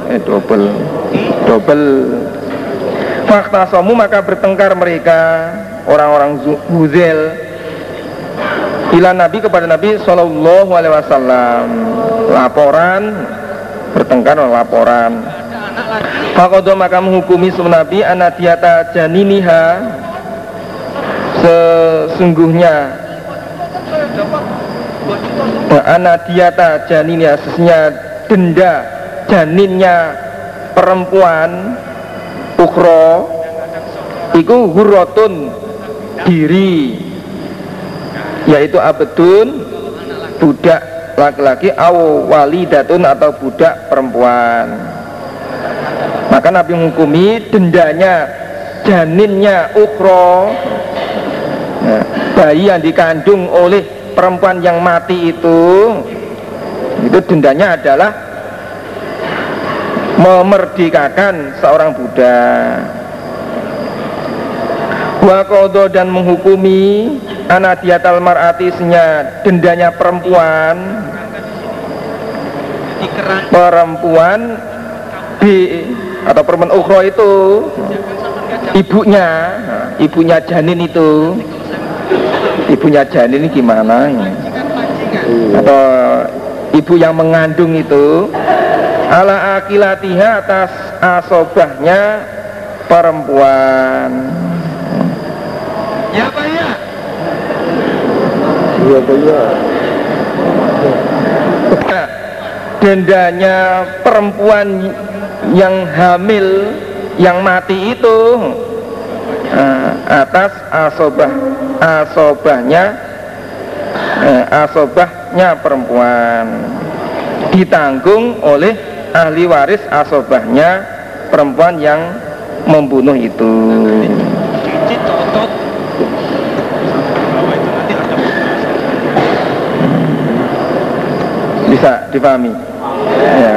Fakta somu, maka bertengkar mereka, orang-orang Huzel, ila Nabi, kepada Nabi Sallallahu Alaihi Wasallam. Bertengkar laporan. Fakodo, maka menghukumi Nabi anadiyata janiniha, sesungguhnya anadiyata janiniha, sesungguhnya denda janinnya perempuan ukhra iku hurratun, diri, yaitu abdun, budak laki-laki, aw walidatun, atau budak perempuan. Maka Nabi menghukumi dendanya janinnya ukhra, bayi yang dikandung oleh perempuan yang mati itu dendanya adalah memerdekakan seorang budak. Wa qadha, dan menghukumi anadiyatal mar'ati, dendanya perempuan atau perempuan ukhra itu ibunya janin itu. Ibunya janin ini gimana ya? Atau ibu yang mengandung itu, ala akilatiha, atas asobahnya perempuan. Ya Pak ya? Iya Pak ya. Dendanya perempuan yang hamil yang mati itu atas asobahnya perempuan, ditanggung oleh ahli waris asobahnya perempuan yang membunuh itu. Bisa dipahami ya.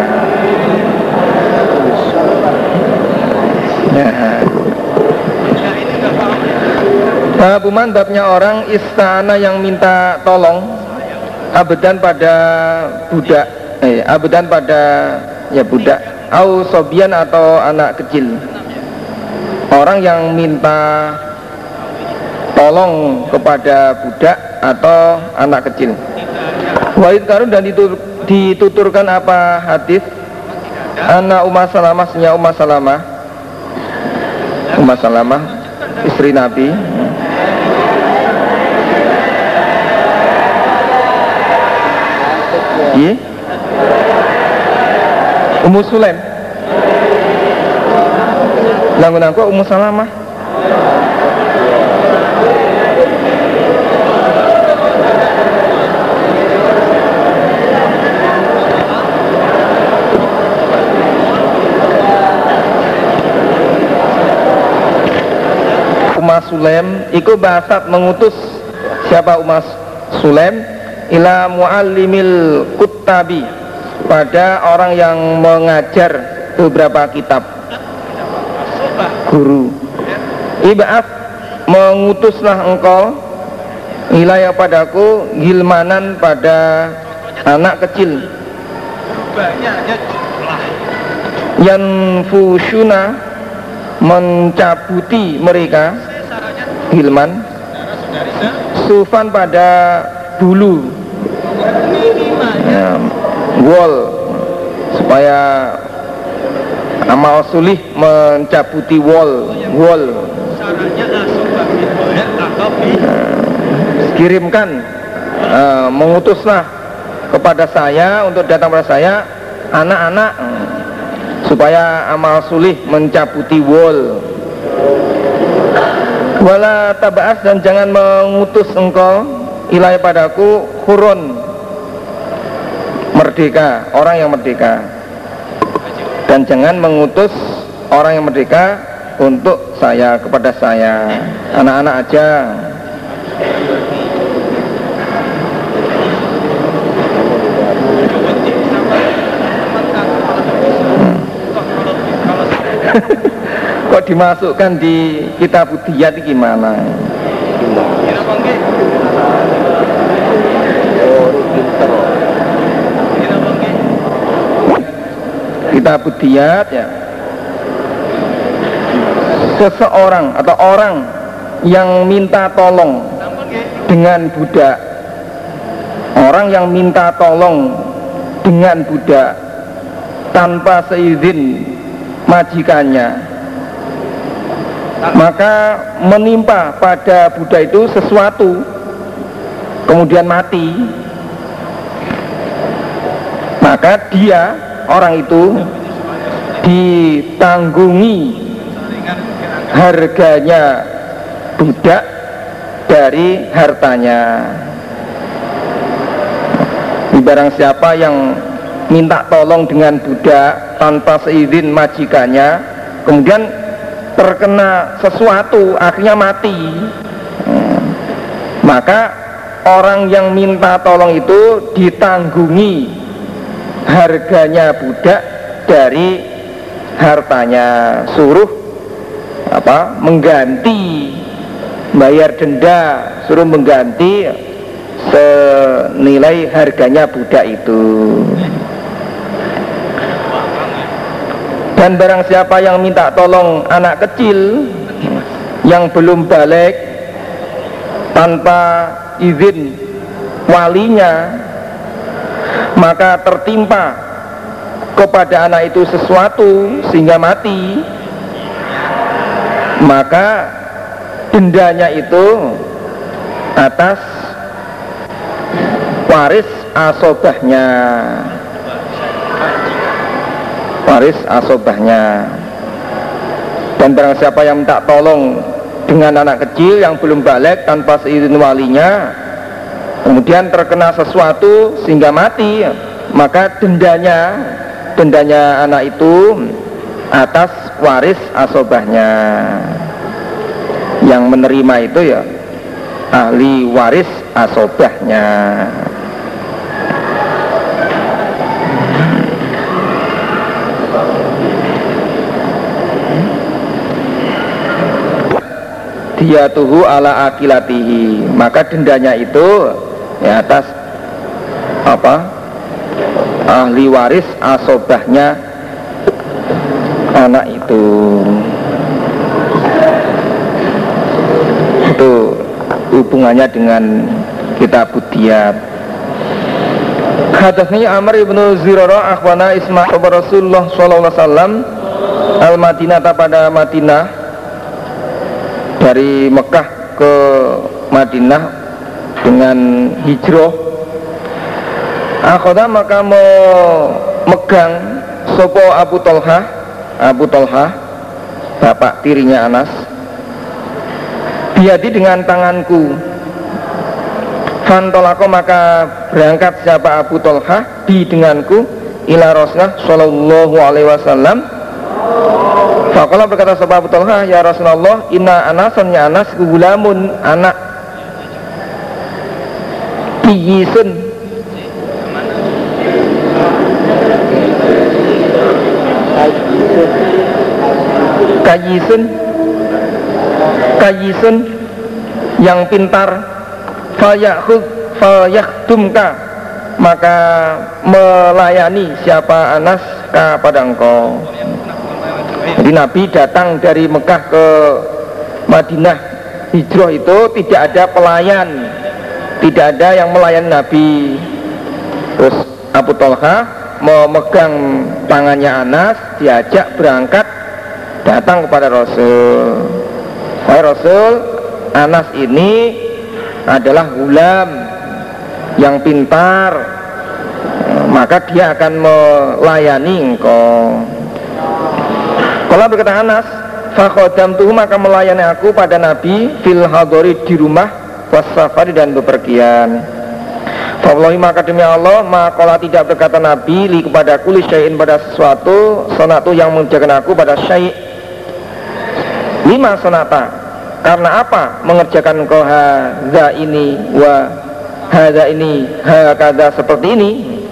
Babuman, babnya orang istana yang minta tolong abedan pada budak, abedan pada ya budak, au sobian, atau anak kecil. Orang yang minta tolong kepada budak atau anak kecil. Wahid karun, dan dituturkan apa hadis anak Ummah Salamah, senya Ummah Salamah istri Nabi, Ummu Sulaim, langgunanku Ummu Salamah. Ummu Sulaim iku basat, mengutus siapa Ummu Sulaim, ila muallimil kuttabi, pada orang yang mengajar beberapa kitab. guru. Ib'af, mengutuslah engkau ilaya padaku gilmanan pada anak kecil, yanfushuna, mencabuti mereka, gilman, sufan pada bulu, ya, wol, supaya amal sulih mencabuti wol. Kirimkan, mengutuslah kepada saya untuk datang pada saya anak-anak, supaya amal sulih mencabuti wol. Wala taba'as, dan jangan mengutus engkau ilai padaku hurun, merdeka, orang yang merdeka, dan jangan mengutus orang yang merdeka untuk saya, kepada saya, anak-anak aja. Kok dimasukkan di kitab Diyat gimana? Kitab Diyat, ya, seseorang atau orang yang minta tolong dengan budak, orang yang minta tolong dengan budak tanpa seizin majikannya, maka menimpa pada budak itu sesuatu kemudian mati, maka dia, orang itu, ditanggungi harganya budak dari hartanya. Barang siapa yang minta tolong dengan budak tanpa seizin majikannya, kemudian terkena sesuatu akhirnya mati, maka orang yang minta tolong itu ditanggungi harganya budak dari hartanya, suruh mengganti, bayar denda, suruh mengganti senilai harganya budak itu. Dan barang siapa yang minta tolong anak kecil yang belum balik tanpa izin walinya, maka tertimpa kepada anak itu sesuatu sehingga mati, maka dendanya itu atas waris asobahnya, waris asobahnya. Dan barang siapa yang minta tolong dengan anak kecil yang belum balik tanpa seizin walinya, kemudian terkena sesuatu sehingga mati, maka dendanya anak itu atas waris asobahnya. Yang menerima itu ya ahli waris asobahnya. Diyatuhu ala akilatihi, maka dendanya itu ya atas ahli waris asobahnya anak itu. Itu hubungannya dengan kitab Diyat. Hadatsani Amr ibnu Zirarah akhwana Ismail Rasulullah sallallahu alaihi wasallam al-Madinah, pada Madinah, dari Mekah ke Madinah dengan hijrah. Akhoda, maka memegang sopo Abu Tolhah, bapak tirinya Anas, biadi dengan tanganku. Fantolako, maka berangkat siapa Abu Tolhah di denganku ila Rasulullah sallallahu alaihi wasallam. Faqala, berkata sahabat Abu Talha, ya Rasulullah, inna Anasan, ya Anas, gulamun, anak kiyisun, kayisun yang pintar, fayakhdumka maka melayani siapa Anas kepada engkau. Jadi Nabi datang dari Mekah ke Madinah, hijrah itu tidak ada pelayan, tidak ada yang melayani Nabi. Terus Abu Thalha memegang tangannya Anas, diajak berangkat datang kepada Rasul. Wahai Rasul, Anas ini adalah hulam yang pintar, maka dia akan melayani engkau. Kalau berkata Anas, fakhodamtuhu maka melayani aku pada Nabi fil hadori di rumah, wasafari dan bepergian. Fawallahi maka demi Allah, maka tidak berkata Nabi li kepada kuli syai'in pada sesuatu, sonatu yang mengerjakan aku pada syai' 5 sonata. Karena apa mengerjakan engkau hadza ini wa hadza ini hakadha seperti ini?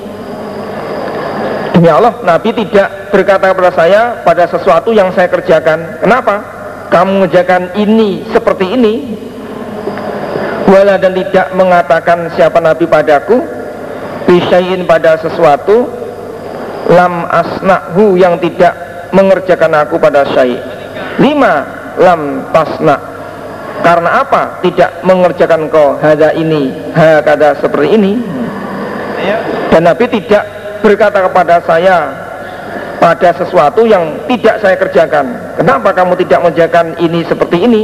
Demi Allah, Nabi tidak berkata kepada saya pada sesuatu yang saya kerjakan. Kenapa? Kamu mengerjakan ini seperti ini. Wala dan tidak mengatakan siapa Nabi padaku bisyai'in pada sesuatu lam asna'hu yang tidak mengerjakan aku pada syai'. 5 lam tasna. Karena apa? Tidak mengerjakan kau hadza ini hakadha seperti ini. Dan Nabi tidak berkata kepada saya pada sesuatu yang tidak saya kerjakan. Kenapa kamu tidak mengerjakan ini seperti ini?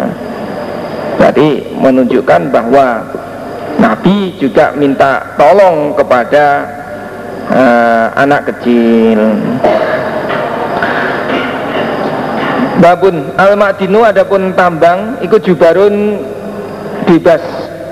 Jadi menunjukkan bahwa Nabi juga minta tolong kepada anak kecil. Babun al-ma'dinu adapun tambang ikut jubarun bebas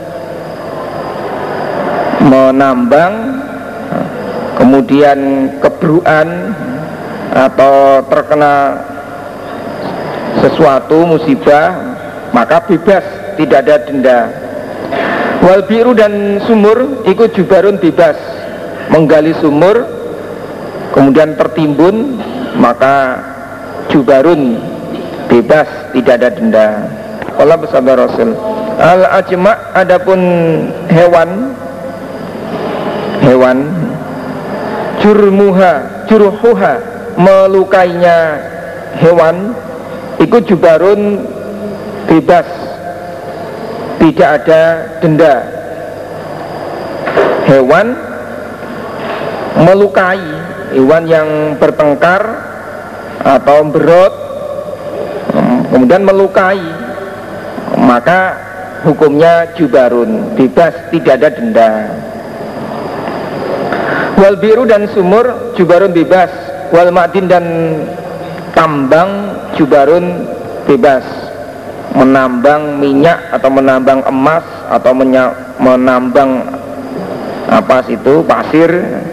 menambang, kemudian kebruan atau terkena sesuatu musibah maka bebas, tidak ada denda. Wal biru dan sumur ikut jubarun bebas menggali sumur kemudian tertimbun maka jubarun bebas, tidak ada denda. Allah bersabda Rasul al-ajma adapun hewan jurhuha melukainya hewan ikut jubarun bebas, tidak ada denda. Hewan melukai, hewan yang bertengkar atau berot kemudian melukai maka hukumnya jubarun, bebas, tidak ada denda. Wal biru dan sumur jubarun bebas, wal ma'din dan tambang jubarun bebas, menambang minyak atau menambang emas atau menambang apa itu pasir.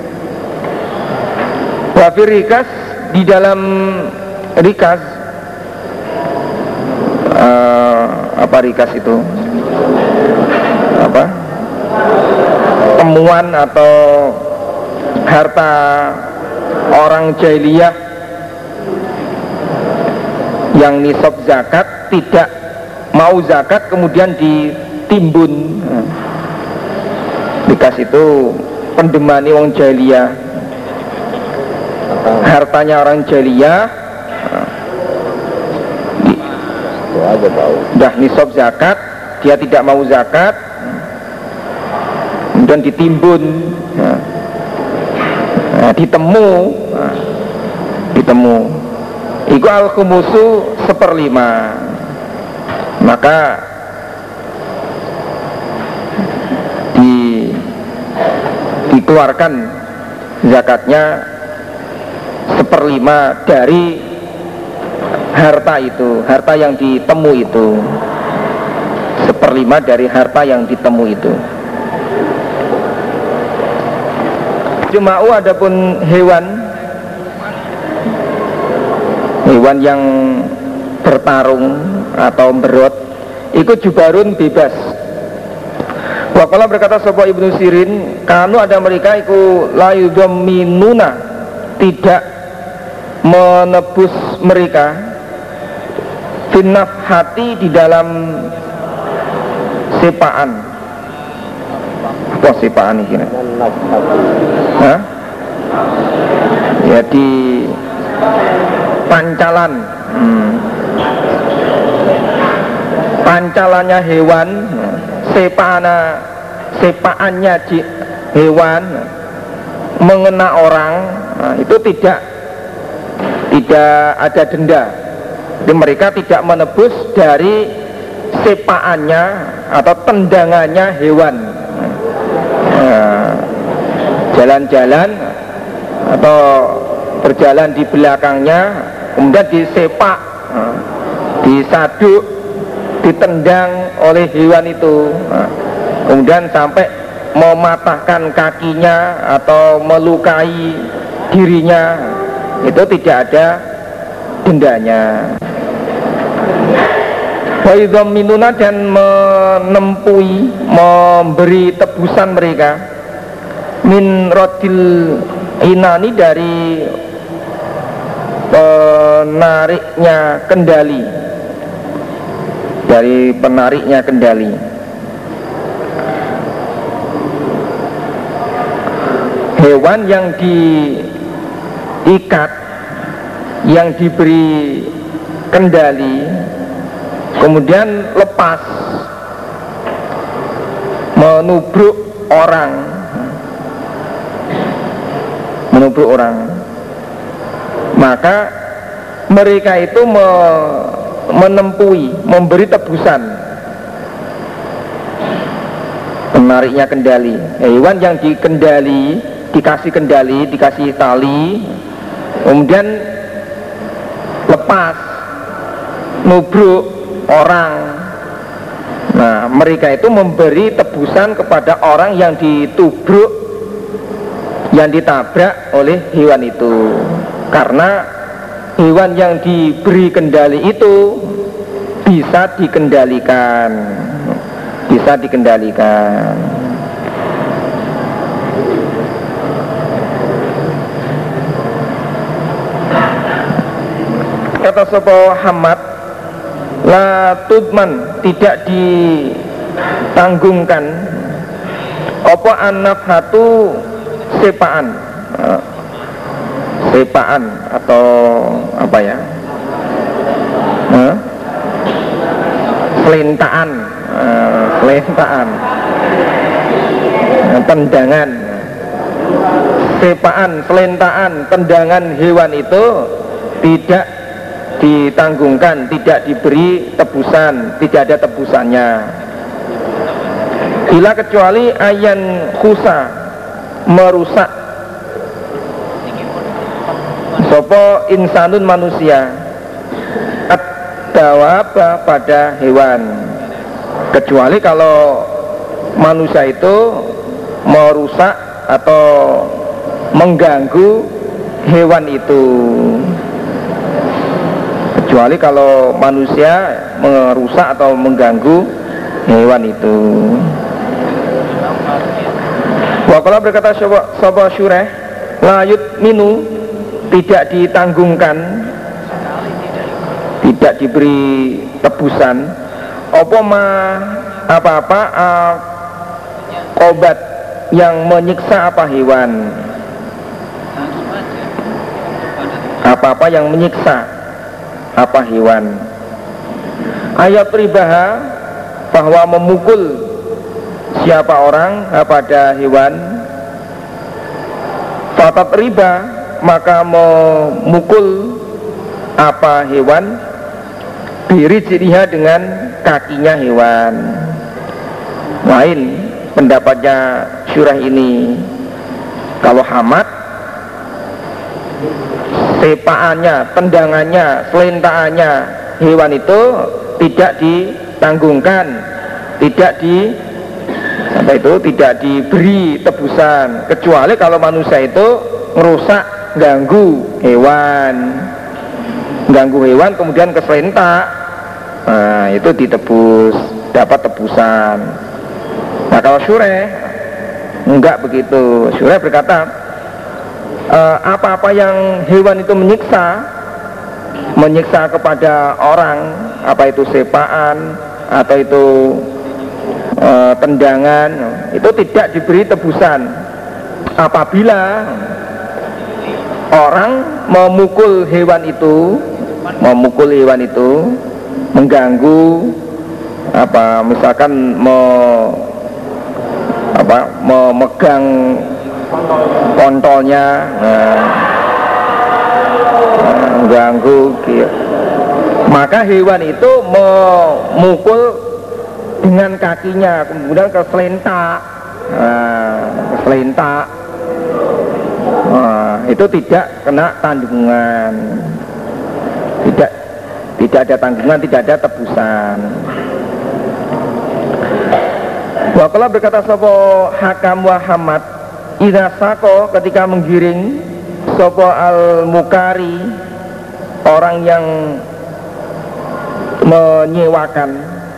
Wafir rikas di dalam rikas apa rikas itu apa temuan atau harta orang jahiliyah yang nisab zakat tidak mau zakat kemudian ditimbun. Rikas itu pendemani orang jahiliyah, hartanya orang jahiliyah dah nisab zakat, dia tidak mau zakat kemudian ditimbun, ditemu iku al-khumusu 1/5 maka dikeluarkan zakatnya 1/5 dari harta itu, harta yang ditemu itu, 1/5 dari harta yang ditemu itu. Juma'u adapun hewan yang bertarung atau berot ikut jubarun bebas. Waqala berkata sapa Ibnu Sirin, kanu ada mereka iku la yudhamminuna tidak menebus mereka Finnaf hati di dalam sepaan. Apa sepaan ini? Hah? Ya di pancalan. Pancalannya hewan, sepaannya hewan mengena orang, itu tidak ada denda. Jadi mereka tidak menebus dari sepaannya atau tendangannya hewan. Jalan-jalan atau berjalan di belakangnya, kemudian disepak, disaduk, ditendang oleh hewan itu, kemudian sampai mematahkan kakinya atau melukai dirinya, itu tidak ada dendanya. Wa minuna, dan menempui, memberi tebusan mereka, min rodil inani, dari penariknya kendali, dari penariknya kendali. Hewan yang diikat, yang diberi kendali, kemudian lepas menubruk orang, maka mereka itu menempui, memberi tebusan. Menariknya kendali, hewan yang dikendali, dikasih kendali, dikasih tali, kemudian lepas, nubruk orang. Nah, mereka itu memberi tebusan kepada orang yang ditubruk, yang ditabrak oleh hewan itu, karena hewan yang diberi kendali itu bisa dikendalikan, bisa dikendalikan. Kata sapa Hamad, la tudman, tidak ditanggungkan apa an-nafhatu, sepaan, sepaan atau apa ya, selentaan, selentaan, tendangan, sepaan, selentaan, tendangan hewan itu tidak ditanggungkan, tidak diberi tebusan, tidak ada tebusannya. Bila kecuali ayan khusa, merusak sopo insanun, manusia, ad-dawaba, pada hewan. Kecuali kalau manusia itu merusak atau mengganggu hewan itu. Kecuali kalau manusia merusak atau mengganggu hewan itu. Wakala berkata Soba Syureh, layut minu, tidak ditanggungkan, tidak diberi tebusan apa-apa obat yang menyiksa apa hewan, apa-apa yang menyiksa apa hewan. Ayat ribaha, bahwa memukul siapa orang pada hewan. Fatat riba, maka memukul apa hewan, birijriha, dengan kakinya hewan. Lain pendapatnya Syurah ini. Kalau Hamad, sepaannya, tendangannya, selentaannya hewan itu tidak ditanggungan, tidak tidak diberi tebusan, kecuali kalau manusia itu merusak, ganggu hewan kemudian keselentak, nah itu ditebus, dapat tebusan. Nah kalau Syureh enggak begitu. Syureh berkata, apa-apa yang hewan itu menyiksa menyiksa kepada orang, apa itu sepaan atau itu tendangan, itu tidak diberi tebusan. Apabila orang memukul hewan itu, mengganggu, misalkan memegang kontolnya, mengganggu, maka hewan itu memukul dengan kakinya, kemudian keselentak, itu tidak kena tanggungan, tidak ada tanggungan, tidak ada tebusan. Waqala berkata sapa Hakam wa Hamad, idza saqo, ketika menggiring sapa al-mukari, orang yang menyewakan,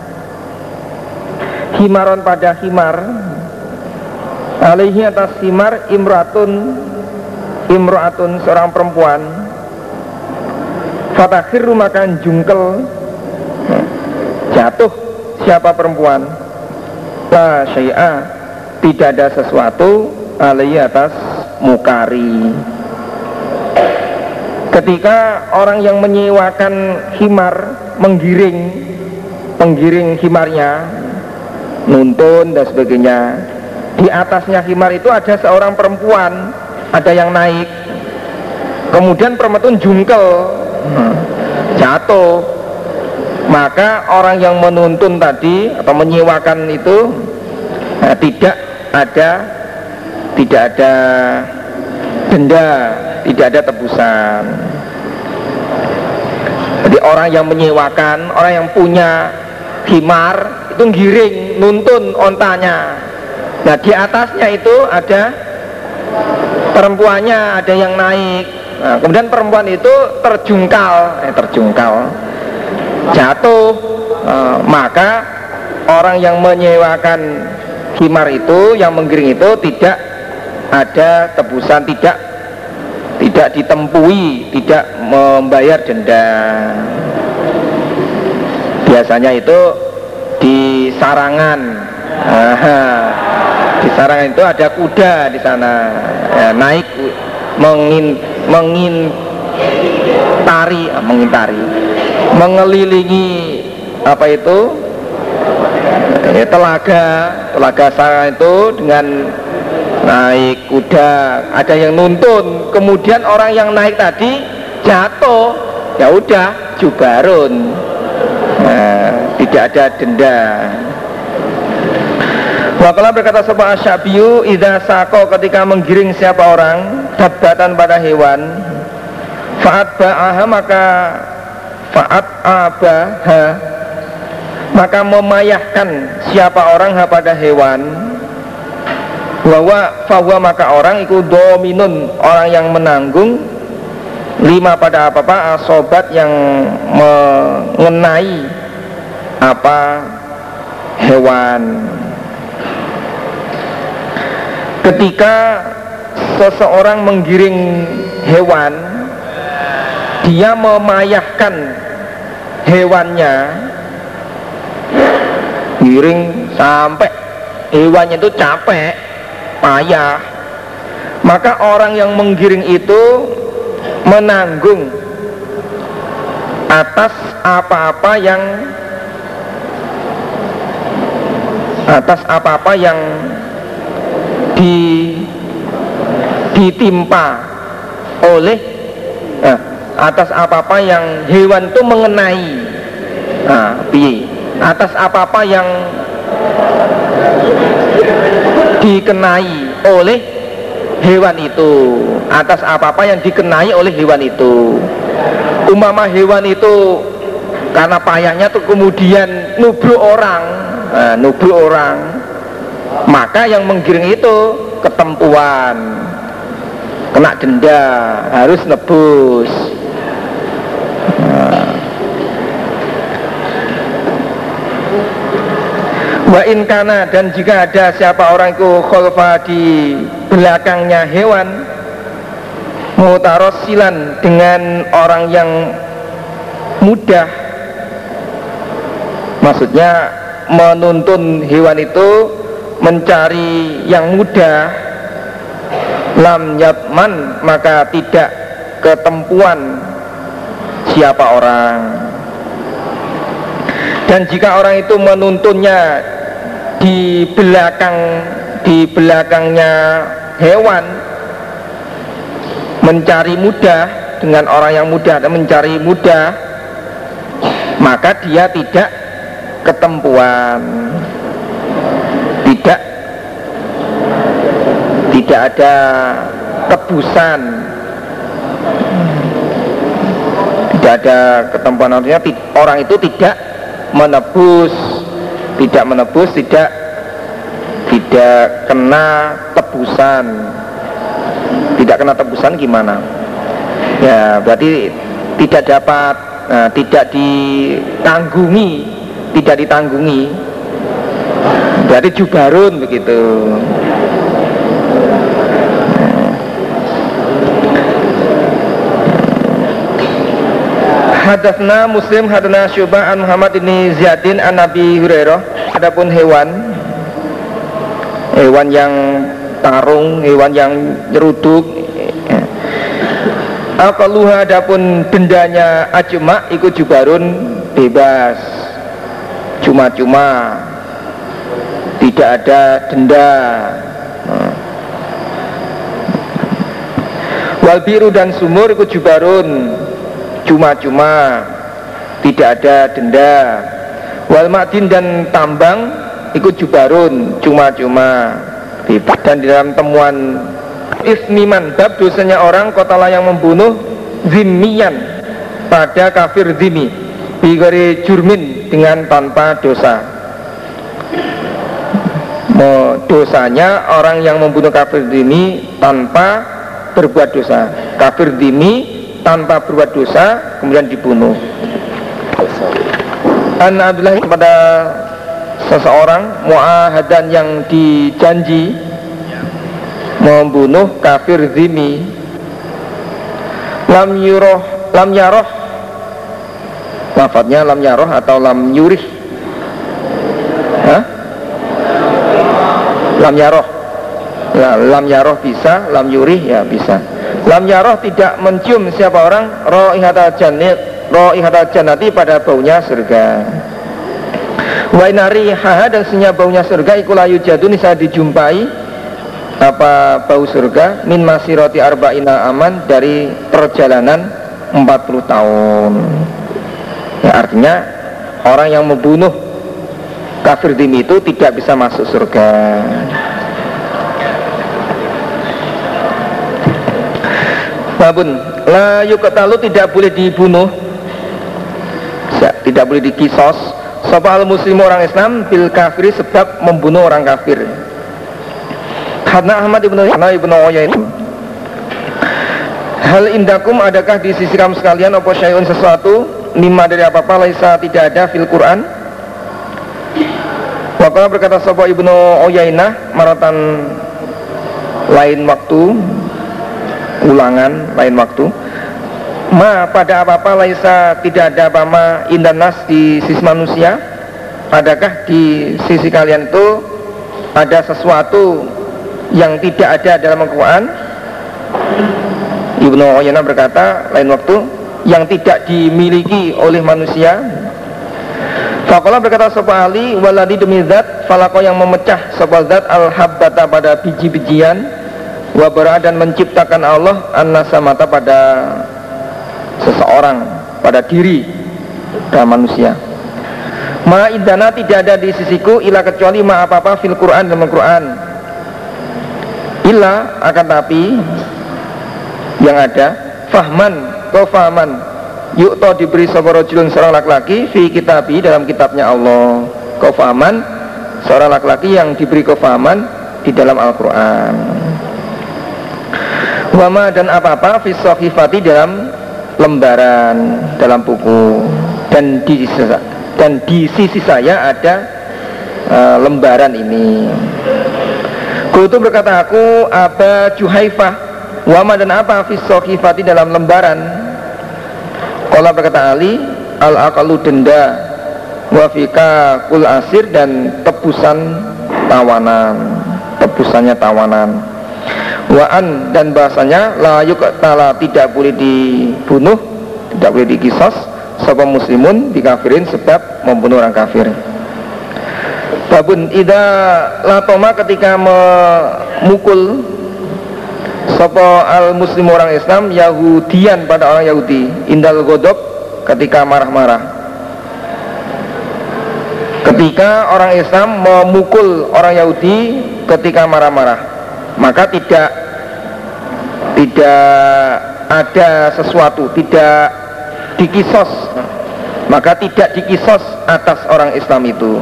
himaron pada himar, alaihi atas himar imratun seorang perempuan, fatakhiru makan jungkel, jatuh siapa perempuan, la syai'a, tidak ada sesuatu, alaihi atas mukari. Ketika orang yang menyewakan himar menggiring himarnya, nuntun dan sebagainya, di atasnya himar itu ada seorang perempuan, ada yang naik, kemudian perempuan jungkel, jatuh, maka orang yang menuntun tadi atau menyewakan itu tidak ada denda, tidak ada tebusan. Jadi orang yang menyewakan, orang yang punya himar itu giring, nuntun ontanya. Nah, di atasnya itu ada perempuannya, ada yang naik. Nah, kemudian perempuan itu terjungkal, jatuh. Maka orang yang menyewakan himar itu, yang menggiring itu, tidak ada tebusan, tidak ditempui, tidak membayar denda. Biasanya itu di sarangan. Di sarangan itu ada kuda di sana, ya, naik mengintari, mengelilingi telaga sarangan itu dengan naik kuda, ada yang nuntun, kemudian orang yang naik tadi jatuh, ya udah jubarun, tidak ada denda. Waqala berkata sapa Asyabiyu, idza saqo, ketika menggiring siapa orang dabbatan pada hewan, fa'at ba'aha, maka memayahkan siapa orang pada hewan, bahwa maka orang itu dominun, orang yang menanggung, lima pada apa asobat, yang mengenai hewan. Ketika seseorang menggiring hewan, dia memayahkan hewannya, giring sampai hewannya itu capek, payah, maka orang yang menggiring itu menanggung atas apa-apa yang ditimpa oleh atas apa-apa yang hewan itu mengenai, atas apa-apa yang dikenai oleh hewan itu, atas apa-apa yang dikenai oleh hewan itu. Umpama hewan itu karena payahnya tuh kemudian nubruk orang, maka yang menggiring itu ketempuan, kena denda, harus nebus. Wa in kana, dan jika ada siapa orang itu kholfa, di belakangnya hewan, mutarossilan, dengan orang yang mudah, maksudnya menuntun hewan itu mencari yang mudah, lam yatman, maka tidak ketempuan siapa orang. Dan jika orang itu menuntunnya di belakangnya hewan, mencari mudah dengan orang yang mudah dan mencari mudah, maka dia tidak ketempuan, tidak ada tebusan, tidak ada ketempuan. Artinya orang itu tidak menebus, tidak kena tebusan. Tidak kena tebusan gimana? Ya berarti tidak dapat, tidak ditanggungi, berarti jubarun begitu. Hadatsna Muslim hadatsna Syu'bah an Muhammad bin Ziyadin an Nabi Hurairah. Adapun hewan yang tarung, hewan yang nyeruduk, aqaluha, adapun dendanya ajma iku jubarun, bebas, cuma-cuma, tidak ada denda. Wal biru, dan sumur iku jubarun, cuma-cuma, tidak ada denda. Wal ma'din, dan tambang iku jubarun, cuma-cuma, bebas. Dan di dalam temuan ismiman, bab dosanya orang kotala yang membunuh zimmiyan, pada kafir zimmi, bigari jurmin, dengan tanpa dosa. Dosanya orang yang membunuh kafir zimmi tanpa berbuat dosa. Kafir zimmi tanpa berbuat dosa kemudian dibunuh. An Abdullah, kepada seseorang muahadan yang dijanji membunuh kafir zimmi, lam yaroh, lafadznya lam yaroh atau lam yurih? Lam yaroh bisa, lam yurih ya bisa. Lam yaroh, tidak mencium siapa orang raihatal jannati, pada baunya surga. Wa inari haha, dan senya baunya surga iku layu jadun, bisa dijumpai apa bau surga, min masiroti arba'ina aman, dari perjalanan 40 tahun. Ya, artinya orang yang membunuh kafir zimmi itu tidak bisa masuk surga. Babun la yuqtalu, tidak boleh dibunuh, tidak boleh dikisos sapa al muslim, orang Islam, bil kafiri, sebab membunuh orang kafir. Karena Ahmad ibnu Uyainah, hal indakum, adakah di sisi kamu sekalian, apa syai'un, sesuatu, mimma, dari apa-apa, laisa, tidak ada, fil Quran. Waqala, berkata sapa ibnu Uyainah, maratan, lain waktu, ulangan lain waktu, ma, pada apa-apa, laisa, tidak ada apa-apa, indanas, di sisi manusia, adakah di sisi kalian itu ada sesuatu yang tidak ada dalam Al-Quran? Ibnu Uyainah berkata lain waktu, yang tidak dimiliki oleh manusia. Faqala, berkata sapa Ali, waladi, demi zat, falaqo, yang memecah sapa zat, al-habbata, pada biji-bijian, wa bara, dan menciptakan Allah, an-nasamata, pada seseorang, pada diri, pada manusia. Ma idana, tidak ada di sisiku, ila, kecuali ma apa-apa, fil Quran, dalam Quran. Illa, akan tapi yang ada, fahman, fahman, yukto, diberi sabarojulun, seorang laki-laki, fi kitabi, dalam kitabnya Allah, fahman, seorang laki-laki yang diberi kefahaman di dalam Al-Quran. Wama, dan apa-apa, fi sohifati, dalam lembaran, dalam buku. Dan di sisi saya ada lembaran ini. Kultu, berkata aku, Aba Juhaifah, wama, dan apa, fi sohifati, dalam lembaran. Qala, berkata Ali, al-aqalu denda, wa fika kul asir dan tebusan tawanan, tebusannya tawanan, wa an dan bahasanya la yuqtala tidak boleh dibunuh, tidak boleh dikisos sapa muslimun bikafirin sebab membunuh orang kafir. Babun idza latoma ketika memukul sapa al muslim orang Islam Yahudian pada orang Yahudi indal godop ketika marah-marah. Ketika orang Islam memukul orang Yahudi ketika marah-marah, maka tidak ada sesuatu, tidak dikisos, maka tidak dikisos atas orang Islam itu.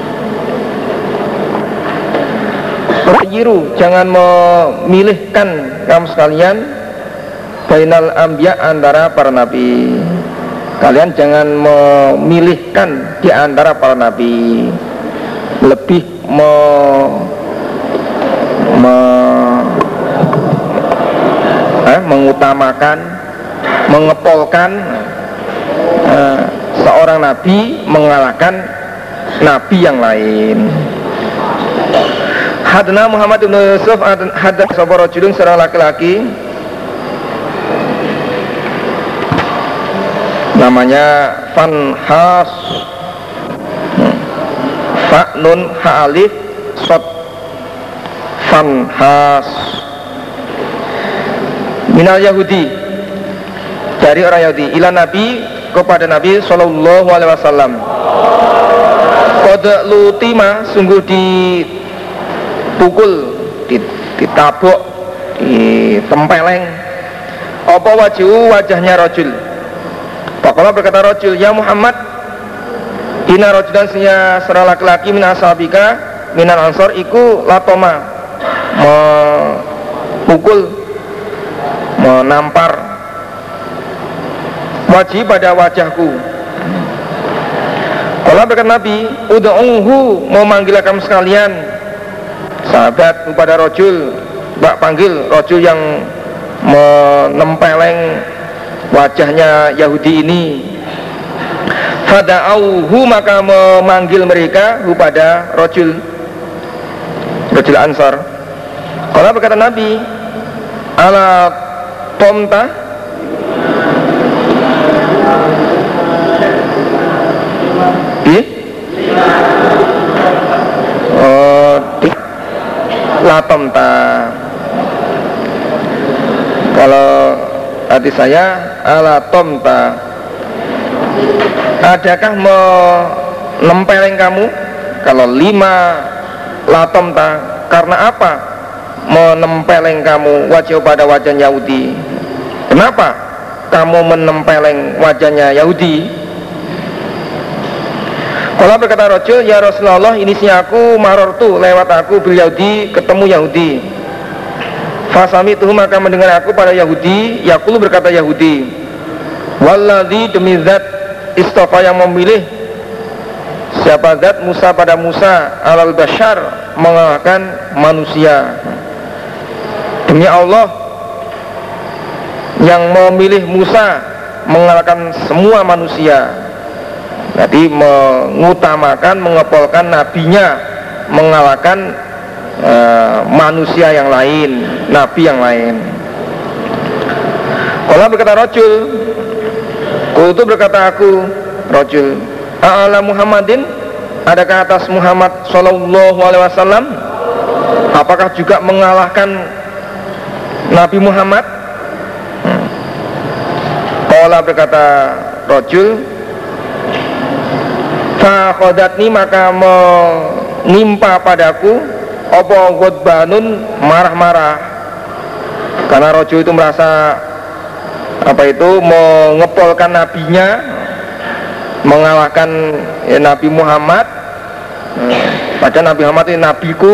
Rajiru, jangan memilihkan kamu sekalian bainal anbiya antara para nabi. Kalian jangan memilihkan di antara para nabi, lebih mengutamakan, mengepolkan seorang nabi mengalahkan nabi yang lain. Hadna Muhammad bin Yusuf hadna sabar rajulun seorang laki-laki namanya Fanhas, fa nun ha alif sod, Fanhas minal Yahudi, dari orang Yahudi, ila Nabi, kepada Nabi sallallahu alaihi wasallam. Qad lutima, sungguh dipukul, ditabuk, ditempeleng apa wajahnya rajul. Faqala berkata rajul, ya Muhammad, inna rajulan senya seorang laki-laki min ashabika minal ansor iku latoma, memukul, menampar wajib pada wajahku. Kalau berkata Nabi, ud'uhu, mau manggil kamu sekalian, sahabat kepada rajul, bak panggil rajul yang menempeleng wajahnya Yahudi ini. Fada'auhu, maka memanggil mereka kepada rajul Ansar. Kalau berkata Nabi, ala tomta, la tomta. Kalau hati saya ala tomta, adakah menempeleng kamu? Kalau lima la tomta, karena apa menempeleng kamu wajah pada wajah Yahudi? Kenapa kamu menempeleng wajahnya Yahudi? Kalau berkata rajul, ya Rasulullah, ini si aku marortu, lewat aku bil Yahudi, ketemu Yahudi. Fasami tuh, maka mendengar aku pada Yahudi, yaqulu, berkata Yahudi, walladzi, demi zat istofa yang memilih, siapa zat Musa pada Musa, alal bashar, mengalahkan manusia. Demi Allah yang memilih Musa mengalahkan semua manusia. Jadi mengutamakan, mengepolkan nabinya mengalahkan manusia yang lain, nabi yang lain. Kalau berkata rajul, kultu berkata aku rajul, a'ala Muhammadin, adakah atas Muhammad sallallahu alaihi wasallam, apakah juga mengalahkan Nabi Muhammad? Qala berkata rajul, fa khodatni, maka menimpa padaku apa ghadbanun, marah-marah. Karena rajul itu merasa mengepolkan nabinya, mengalahkan Nabi Muhammad. Padahal Nabi Muhammad ini nabiku.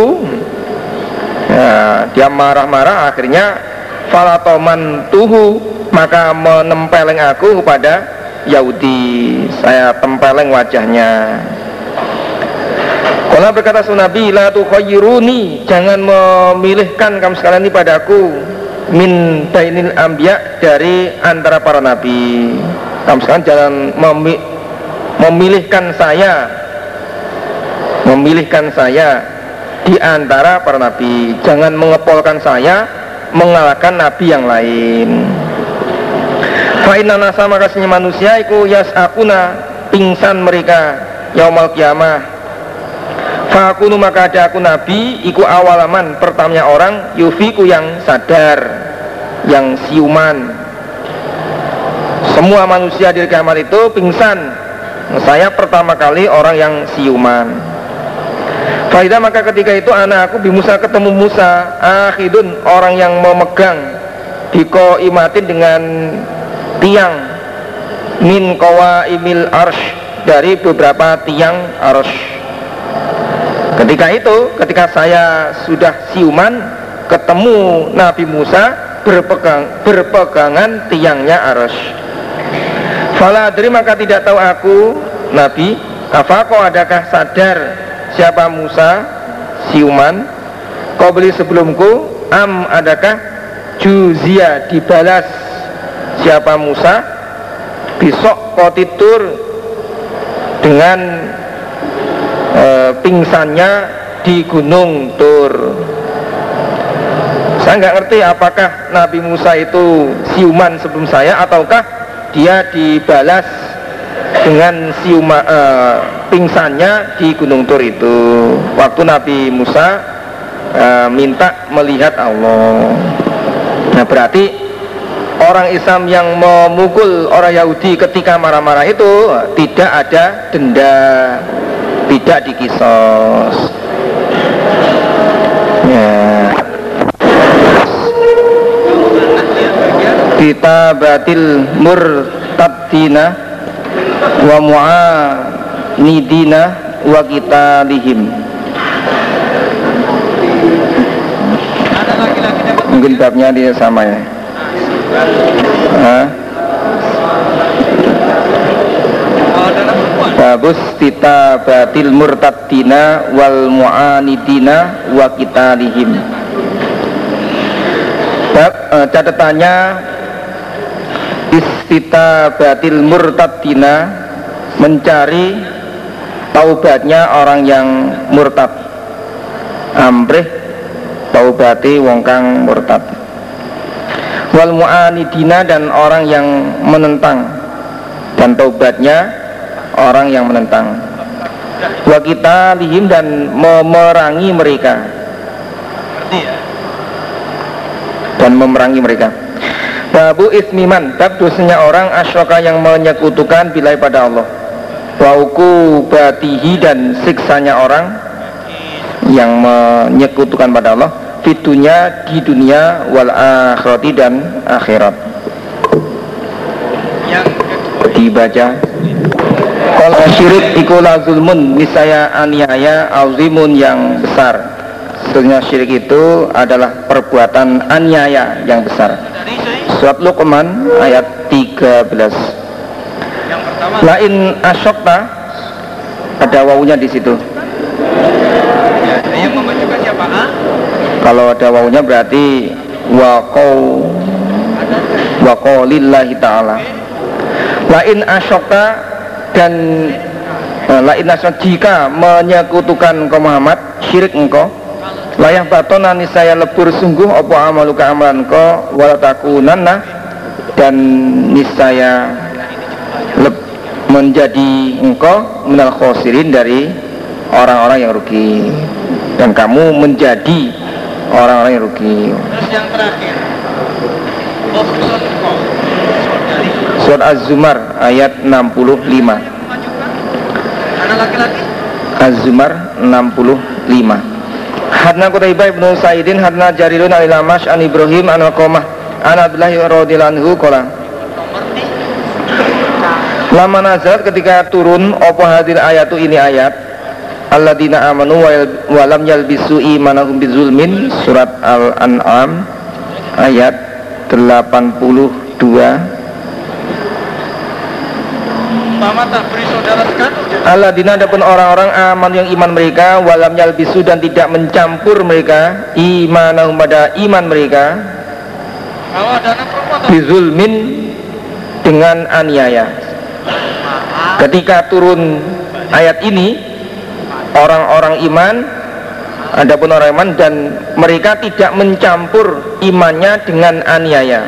Dia marah-marah, akhirnya falatoman tuhu, maka menempeleng aku kepada Yahudi, saya tempeleng wajahnya. Kalau berkata Nabi, la tukhayyiruni, jangan memilihkan kamu sekalian ini padaku, min bainil anbiya, dari antara para nabi. Kamu sekarang jangan memilihkan saya di antara para nabi. Jangan mengepolkan saya mengalahkan nabi yang lain. Fa inna nasa, makasihnya manusia iku yas'akuna, pingsan mereka yaumal kiamah. Fa akunu, maka ada aku nabi iku awalaman, pertamanya orang yufiku, yang sadar, yang siuman. Semua manusia di kiamat itu pingsan, saya pertama kali orang yang siuman. Faidah, maka ketika itu aku bi Musa, ketemu Musa, akhidun, orang yang memegang, biko imatin, dengan tiang, min qawaimil arsh, dari beberapa tiang arsh. Ketika saya sudah siuman, ketemu Nabi Musa berpegangan tiangnya arsh. Fala adri, maka tidak tahu aku Nabi, afaqo, adakah sadar siapa Musa siuman, kau beli sebelumku, am, adakah juzia, dibalas siapa Musa, besok kotitur, dengan pingsannya di Gunung Tur. Saya nggak ngerti apakah Nabi Musa itu siuman sebelum saya, ataukah dia dibalas dengan pingsannya di Gunung Tur itu, waktu Nabi Musa minta melihat Allah. Nah, berarti orang Islam yang memukul orang Yahudi ketika marah-marah itu tidak ada denda, tidak dikisos. Ya. Kitabatil murtadina wa mu'anidina wa qitalihim. Mungkin babnya dia sama ya. Babus kitabatil murtadina wal mu'anidina wa qitalihim. Bab catatannya, istitabatil murtadina, mencari taubatnya orang yang murtad, amrih taubati wong kang murtad, wal mu'anidina, dan orang yang menentang, dan taubatnya orang yang menentang, wa qitalihim, dan memerangi mereka, Babu ismiman, bab dosanya orang asyraka, yang menyekutukan bilai pada Allah, wa uqubatihi, dan siksanya orang yang menyekutukan pada Allah, fitunya, di dunia, wal akhirati, dan akhirat. Dibaca, kalau syirik iku la zulmun, niscaya aniaya, azimun, yang besar. Sebenarnya syirik itu adalah perbuatan aniaya yang besar. Surat Luqman ayat 13. Lain asyokta, ada wawunya di situ. Yang membacakan siapa? Kalau ada wawunya berarti waqaulillahi ta'ala. Lain asyokta, dan lain asyok, jika menyekutukan engkau Muhammad, syirik engkau, layah batonan, niscaya lebur sungguh apa amaluka, amalan engkau, walatakunanna, dan niscaya menjadi engkau minal khosirin, dari orang-orang yang rugi, dan kamu menjadi orang-orang yang rugi. Terus yang terakhir, Surat Az-Zumar ayat 65. Anak laki-laki? Az-Zumar 65. Hadna Qutaibah ibnu Sa'idin, hadna Jarirun al-Amash an Ibrahim an Qamah an Abdullah radhiyallahu anhu qala, lama nazarat, ketika turun apa hadir ayatu, ini ayat, alladzina amanu wa lam yalbisu imanahum bizulmin, surat Al-An'am ayat 82. Alladzina, adapun orang-orang aman yang iman mereka, walam yalbisu, dan tidak mencampur mereka, imanahum, pada iman mereka, bizulmin, dengan aniaya. Ketika turun ayat ini, orang-orang iman, adapun orang iman dan mereka tidak mencampur imannya dengan aniaya.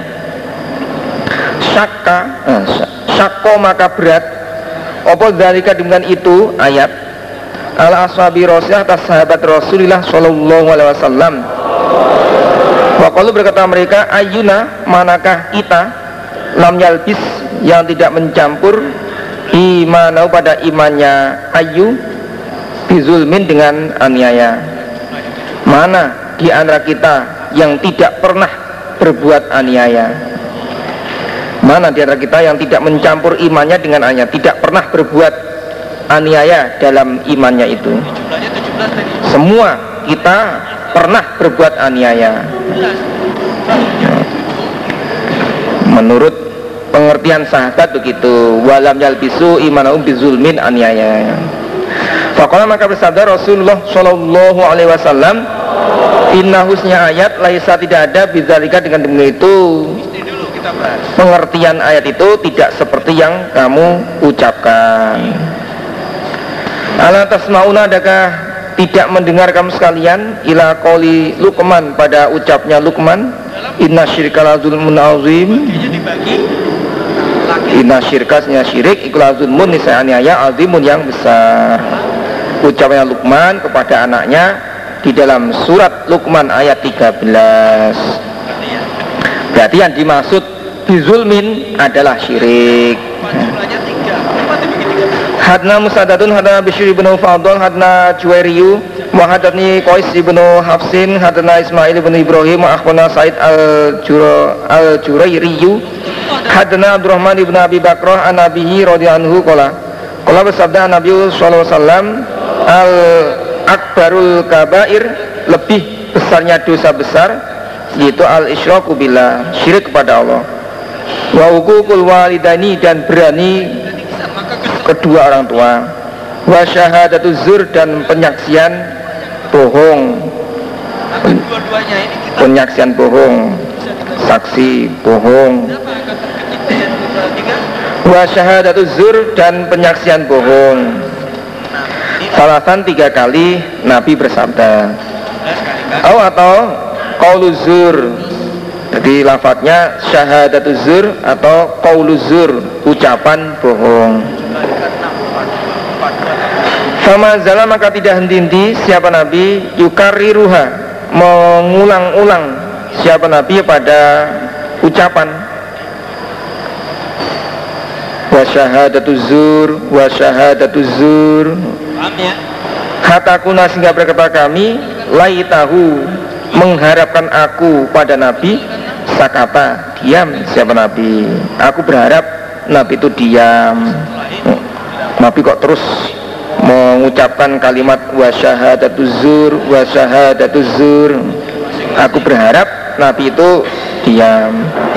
Syakko maka berat apa dzalika dengan itu ayat ala ashabi Rasulullah atas sahabat Rasulullah sallallahu alaihi wasallam. Wa qalu berkata mereka ayyuna manakah kita lam yalbis yang tidak mencampur imanau pada imannya ayu bizulmin dengan aniaya. Mana di antara kita yang tidak pernah berbuat aniaya? Mana di antara kita yang tidak mencampur imannya dengan aniaya, tidak pernah berbuat aniaya dalam imannya itu? Semua kita pernah berbuat aniaya. Menurut pengertian sahabat begitu, walam yalbisu imanahum bizulmin aniaya. Faqala maka bersabda Rasulullah sallallahu alaihi wasallam, inna husnya ayat laisa tidak ada bidzalika dengan demikian itu. Pengertian ayat itu tidak seperti yang kamu ucapkan. Ala tasmauna, adakah tidak mendengar kamu sekalian ila qauli Luqman, pada ucapnya Luqman, inna syirka la zulmun azim. Inna syirkasnya syirik ikla zulmun nisa'aniaya azimun yang besar. Ucapnya Luqman kepada anaknya di dalam surat Luqman ayat 13. Berarti yang dimaksud bizulmin adalah syirik. Hadna Musaddadun hadna Bishr ibn Fadl hadna Juwairiyu wa hadani Qais ibn Hafsin hadna Ismail ibn Ibrahim wa akhbarana Said al-Jurairiyu hadna Abdurrahman ibn Abi Bakrah an Nabihi radhiyallahu anhu qala bersabda Nabi sallallahu alaihi wasallam al akbarul kabair, lebih besarnya dosa besar yaitu al isyraku billah, syirik kepada Allah, wa uququl walidaini, dan berani kedua orang tua, wa syahadatuz zur, dan penyaksian bohong, penyaksian bohong, saksi bohong, wa syahadatuz zur, dan penyaksian bohong. Salasan 3 kali Nabi bersabda. Atau qauluz zur, jadi lafadznya syahadatuz zur atau qauluz zur, ucapan bohong. Sama zala, maka tidak henti-henti siapa Nabi yukariruha, mengulang-ulang siapa Nabi pada ucapan wa syahadatuz zur, wa syahadatuz zur. Hatta kuna, sehingga berkata kami, laitahu, mengharapkan aku pada Nabi, sakata, diam siapa Nabi. Aku berharap Nabi itu diam. Nabi kok terus mengucapkan kalimat wa syahadatuz zur, wa syahadatuz zur. Aku berharap Nabi itu diam.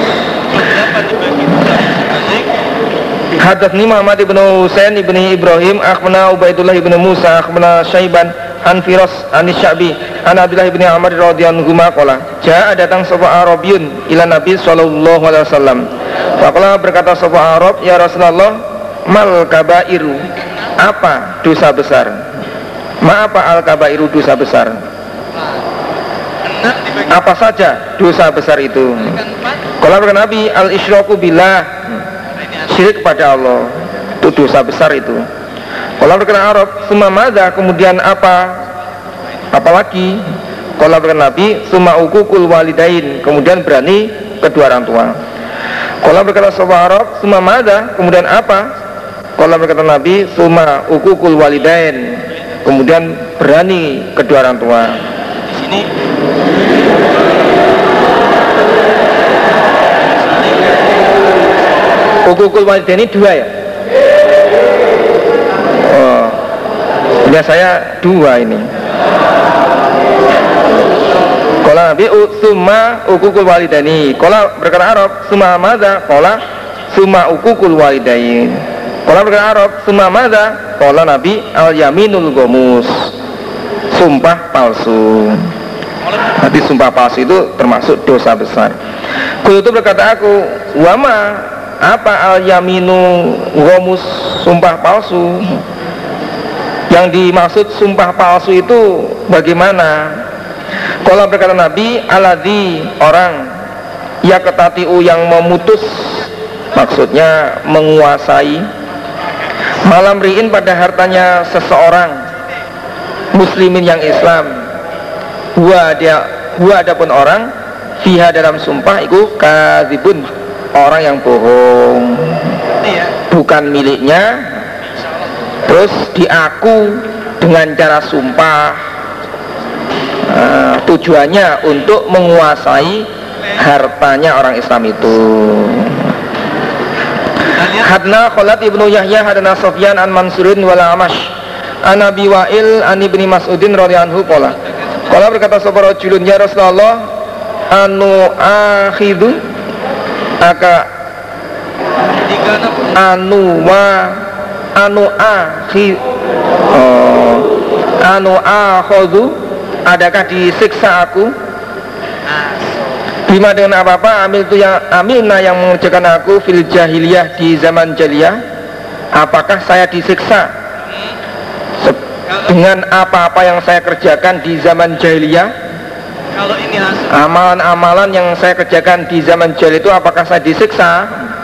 Hadatsni Muhammad ibn Husain ibn Ibrahim akhbarana Ubaidullah ibn Musa akhbarana Syaiban an Firas an Sya'bi an Abdullah ibn Amr radhiyallahu anhu qala jaa, datang sapa Arabiyun ila Nabi sallallahu alaihi wasallam. Faqala, berkata sapa Arab, ya Rasulullah, mal kabairu, apa dosa besar? Ma apa al kabairu, dosa besar? Apa saja dosa besar itu? Qala, berkata Nabi, al isyraku billah, syirik kepada Allah, itu dosa besar itu. Kalau berkata Arab, summa madza, kemudian apa lagi? Kalau berkata Nabi, summa uququl walidain, kemudian berani kedua orang tua. Kalau berkata sahabat Arab, summa madza, kemudian apa? Kalau berkata Nabi, summa uququl walidain, kemudian berani kedua orang tua. Di sini uququl walidain ini 2 ya? Oh, punya saya 2 ini. Qala Nabi summa uququl walidaini. Qala berkata Arab, summa madza? Qala summa uququl walidain. Qala berkata Arab, summa madza? Qala Nabi al yaminul ghamus, sumpah palsu. Nanti sumpah palsu itu termasuk dosa besar. Qul itu berkata aku, wama, apa al-yaminu ghamus, sumpah palsu? Yang dimaksud sumpah palsu itu bagaimana? Kalau berkata Nabi, aladzi, orang yaqtatiu, yang memutus, maksudnya menguasai, malam riin, pada hartanya seseorang muslimin yang Islam, huwa adapun orang, fiha dalam sumpah itu kadzibun, orang yang bohong, bukan miliknya, terus diaku dengan cara sumpah, tujuannya untuk menguasai hartanya orang Islam itu. Hadna Khalid ibnu Yahya hadana Sufyan an Mansurin wal Amash an Abi Wa'il an Ibni Mas'udin radhiyallahu anhu qala berkata sahabat rajulun, ya Rasulullah, anu akhidu aka anu akhudu, adakah disiksa aku, bima dengan apa-apa, amilna yang mengerjakan aku, fil jahiliyah, di zaman jahiliyah, apakah saya disiksa dengan apa-apa yang saya kerjakan di zaman jahiliyah? Kalau ini amalan-amalan yang saya kerjakan di zaman jahiliyah itu apakah saya disiksa?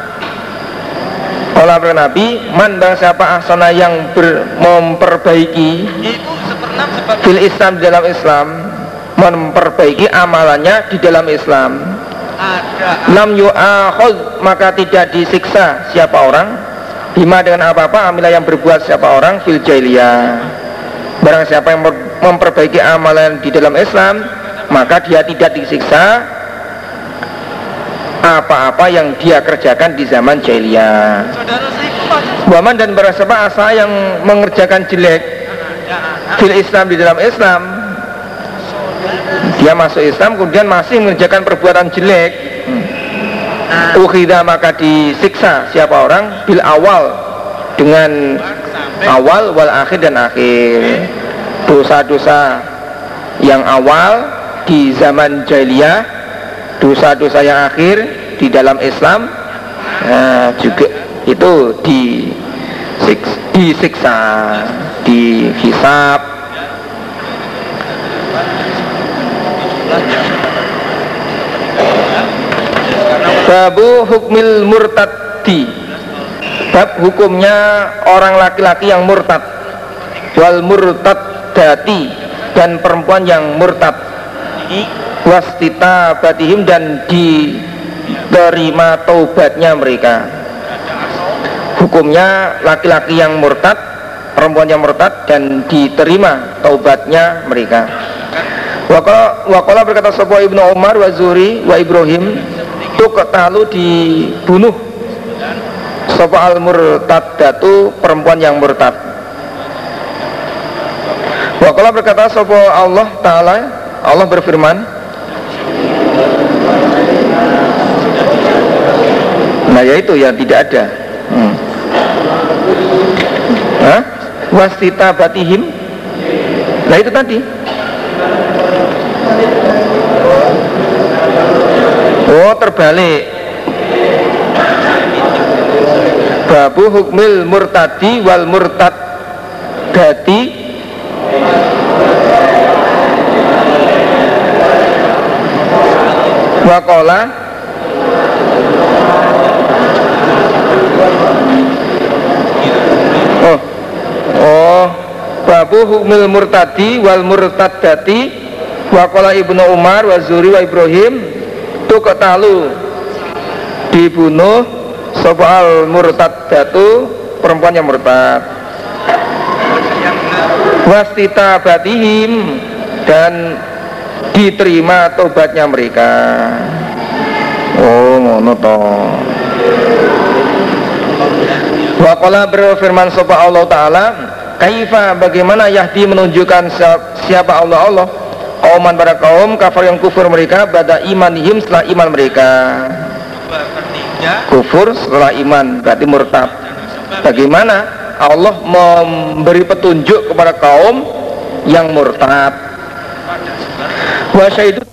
Oleh Nabi, man bang siapa ahsana, yang memperbaiki, fil Islam, di dalam Islam, memperbaiki amalannya di dalam Islam, lam yu'akhudh, maka tidak disiksa siapa orang, bima dengan apa-apa, amilah yang berbuat siapa orang, fil jahiliyah. Barang siapa yang memperbaiki amalan di dalam Islam, maka dia tidak disiksa apa-apa yang dia kerjakan di zaman jahiliyah. Waman, dan barang siapa asa, yang mengerjakan jelek fil Islam, di dalam Islam, dia masuk Islam kemudian masih mengerjakan perbuatan jelek, ukhidha, maka disiksa siapa orang, bil awal, dengan awal, wal akhir, dan akhir. Dosa-dosa yang awal di zaman jahiliyah, dosa-dosa yang akhir di dalam Islam, juga itu disiksa, dihisab. Babu hukmil murtaddi, bab hukumnya orang laki-laki yang murtad, wal murtaddati, dan perempuan yang murtad, wastita batihim, dan diterima taubatnya mereka. Hukumnya laki-laki yang murtad, perempuan yang murtad, dan diterima taubatnya mereka. Waqala berkata sapa Ibnu Umar wa Zuhri wa Ibrahim, tuqtalu, dibunuh sapa al murtaddatu, perempuan yang murtad. Waqala berkata sapa Allah Ta'ala, Allah berfirman, nah yaitu yang tidak ada, wastita batihim, nah itu tadi. Oh, terbalik. Babu hukmil murtadi wal murtaddati, waqala babu hukmil murtadi wal murtaddati, waqala Ibnu Umar wa Zuhri wa Ibrahim, tuqtalu, dibunuh soal murtaddatu, perempuan yang murtad, wastita batihim, dan diterima tobatnya mereka. Oh, ngono to. Waqala, berfirman sapa Allah Ta'ala, kaifa, bagaimana, yahdi, menunjukkan siapa Allah kauman, pada kaum kafir yang kufur mereka, pada imanihim, setelah iman mereka. Kufur setelah iman berarti murtad. Bagaimana Allah memberi petunjuk kepada kaum yang murtad? Wa syahidu,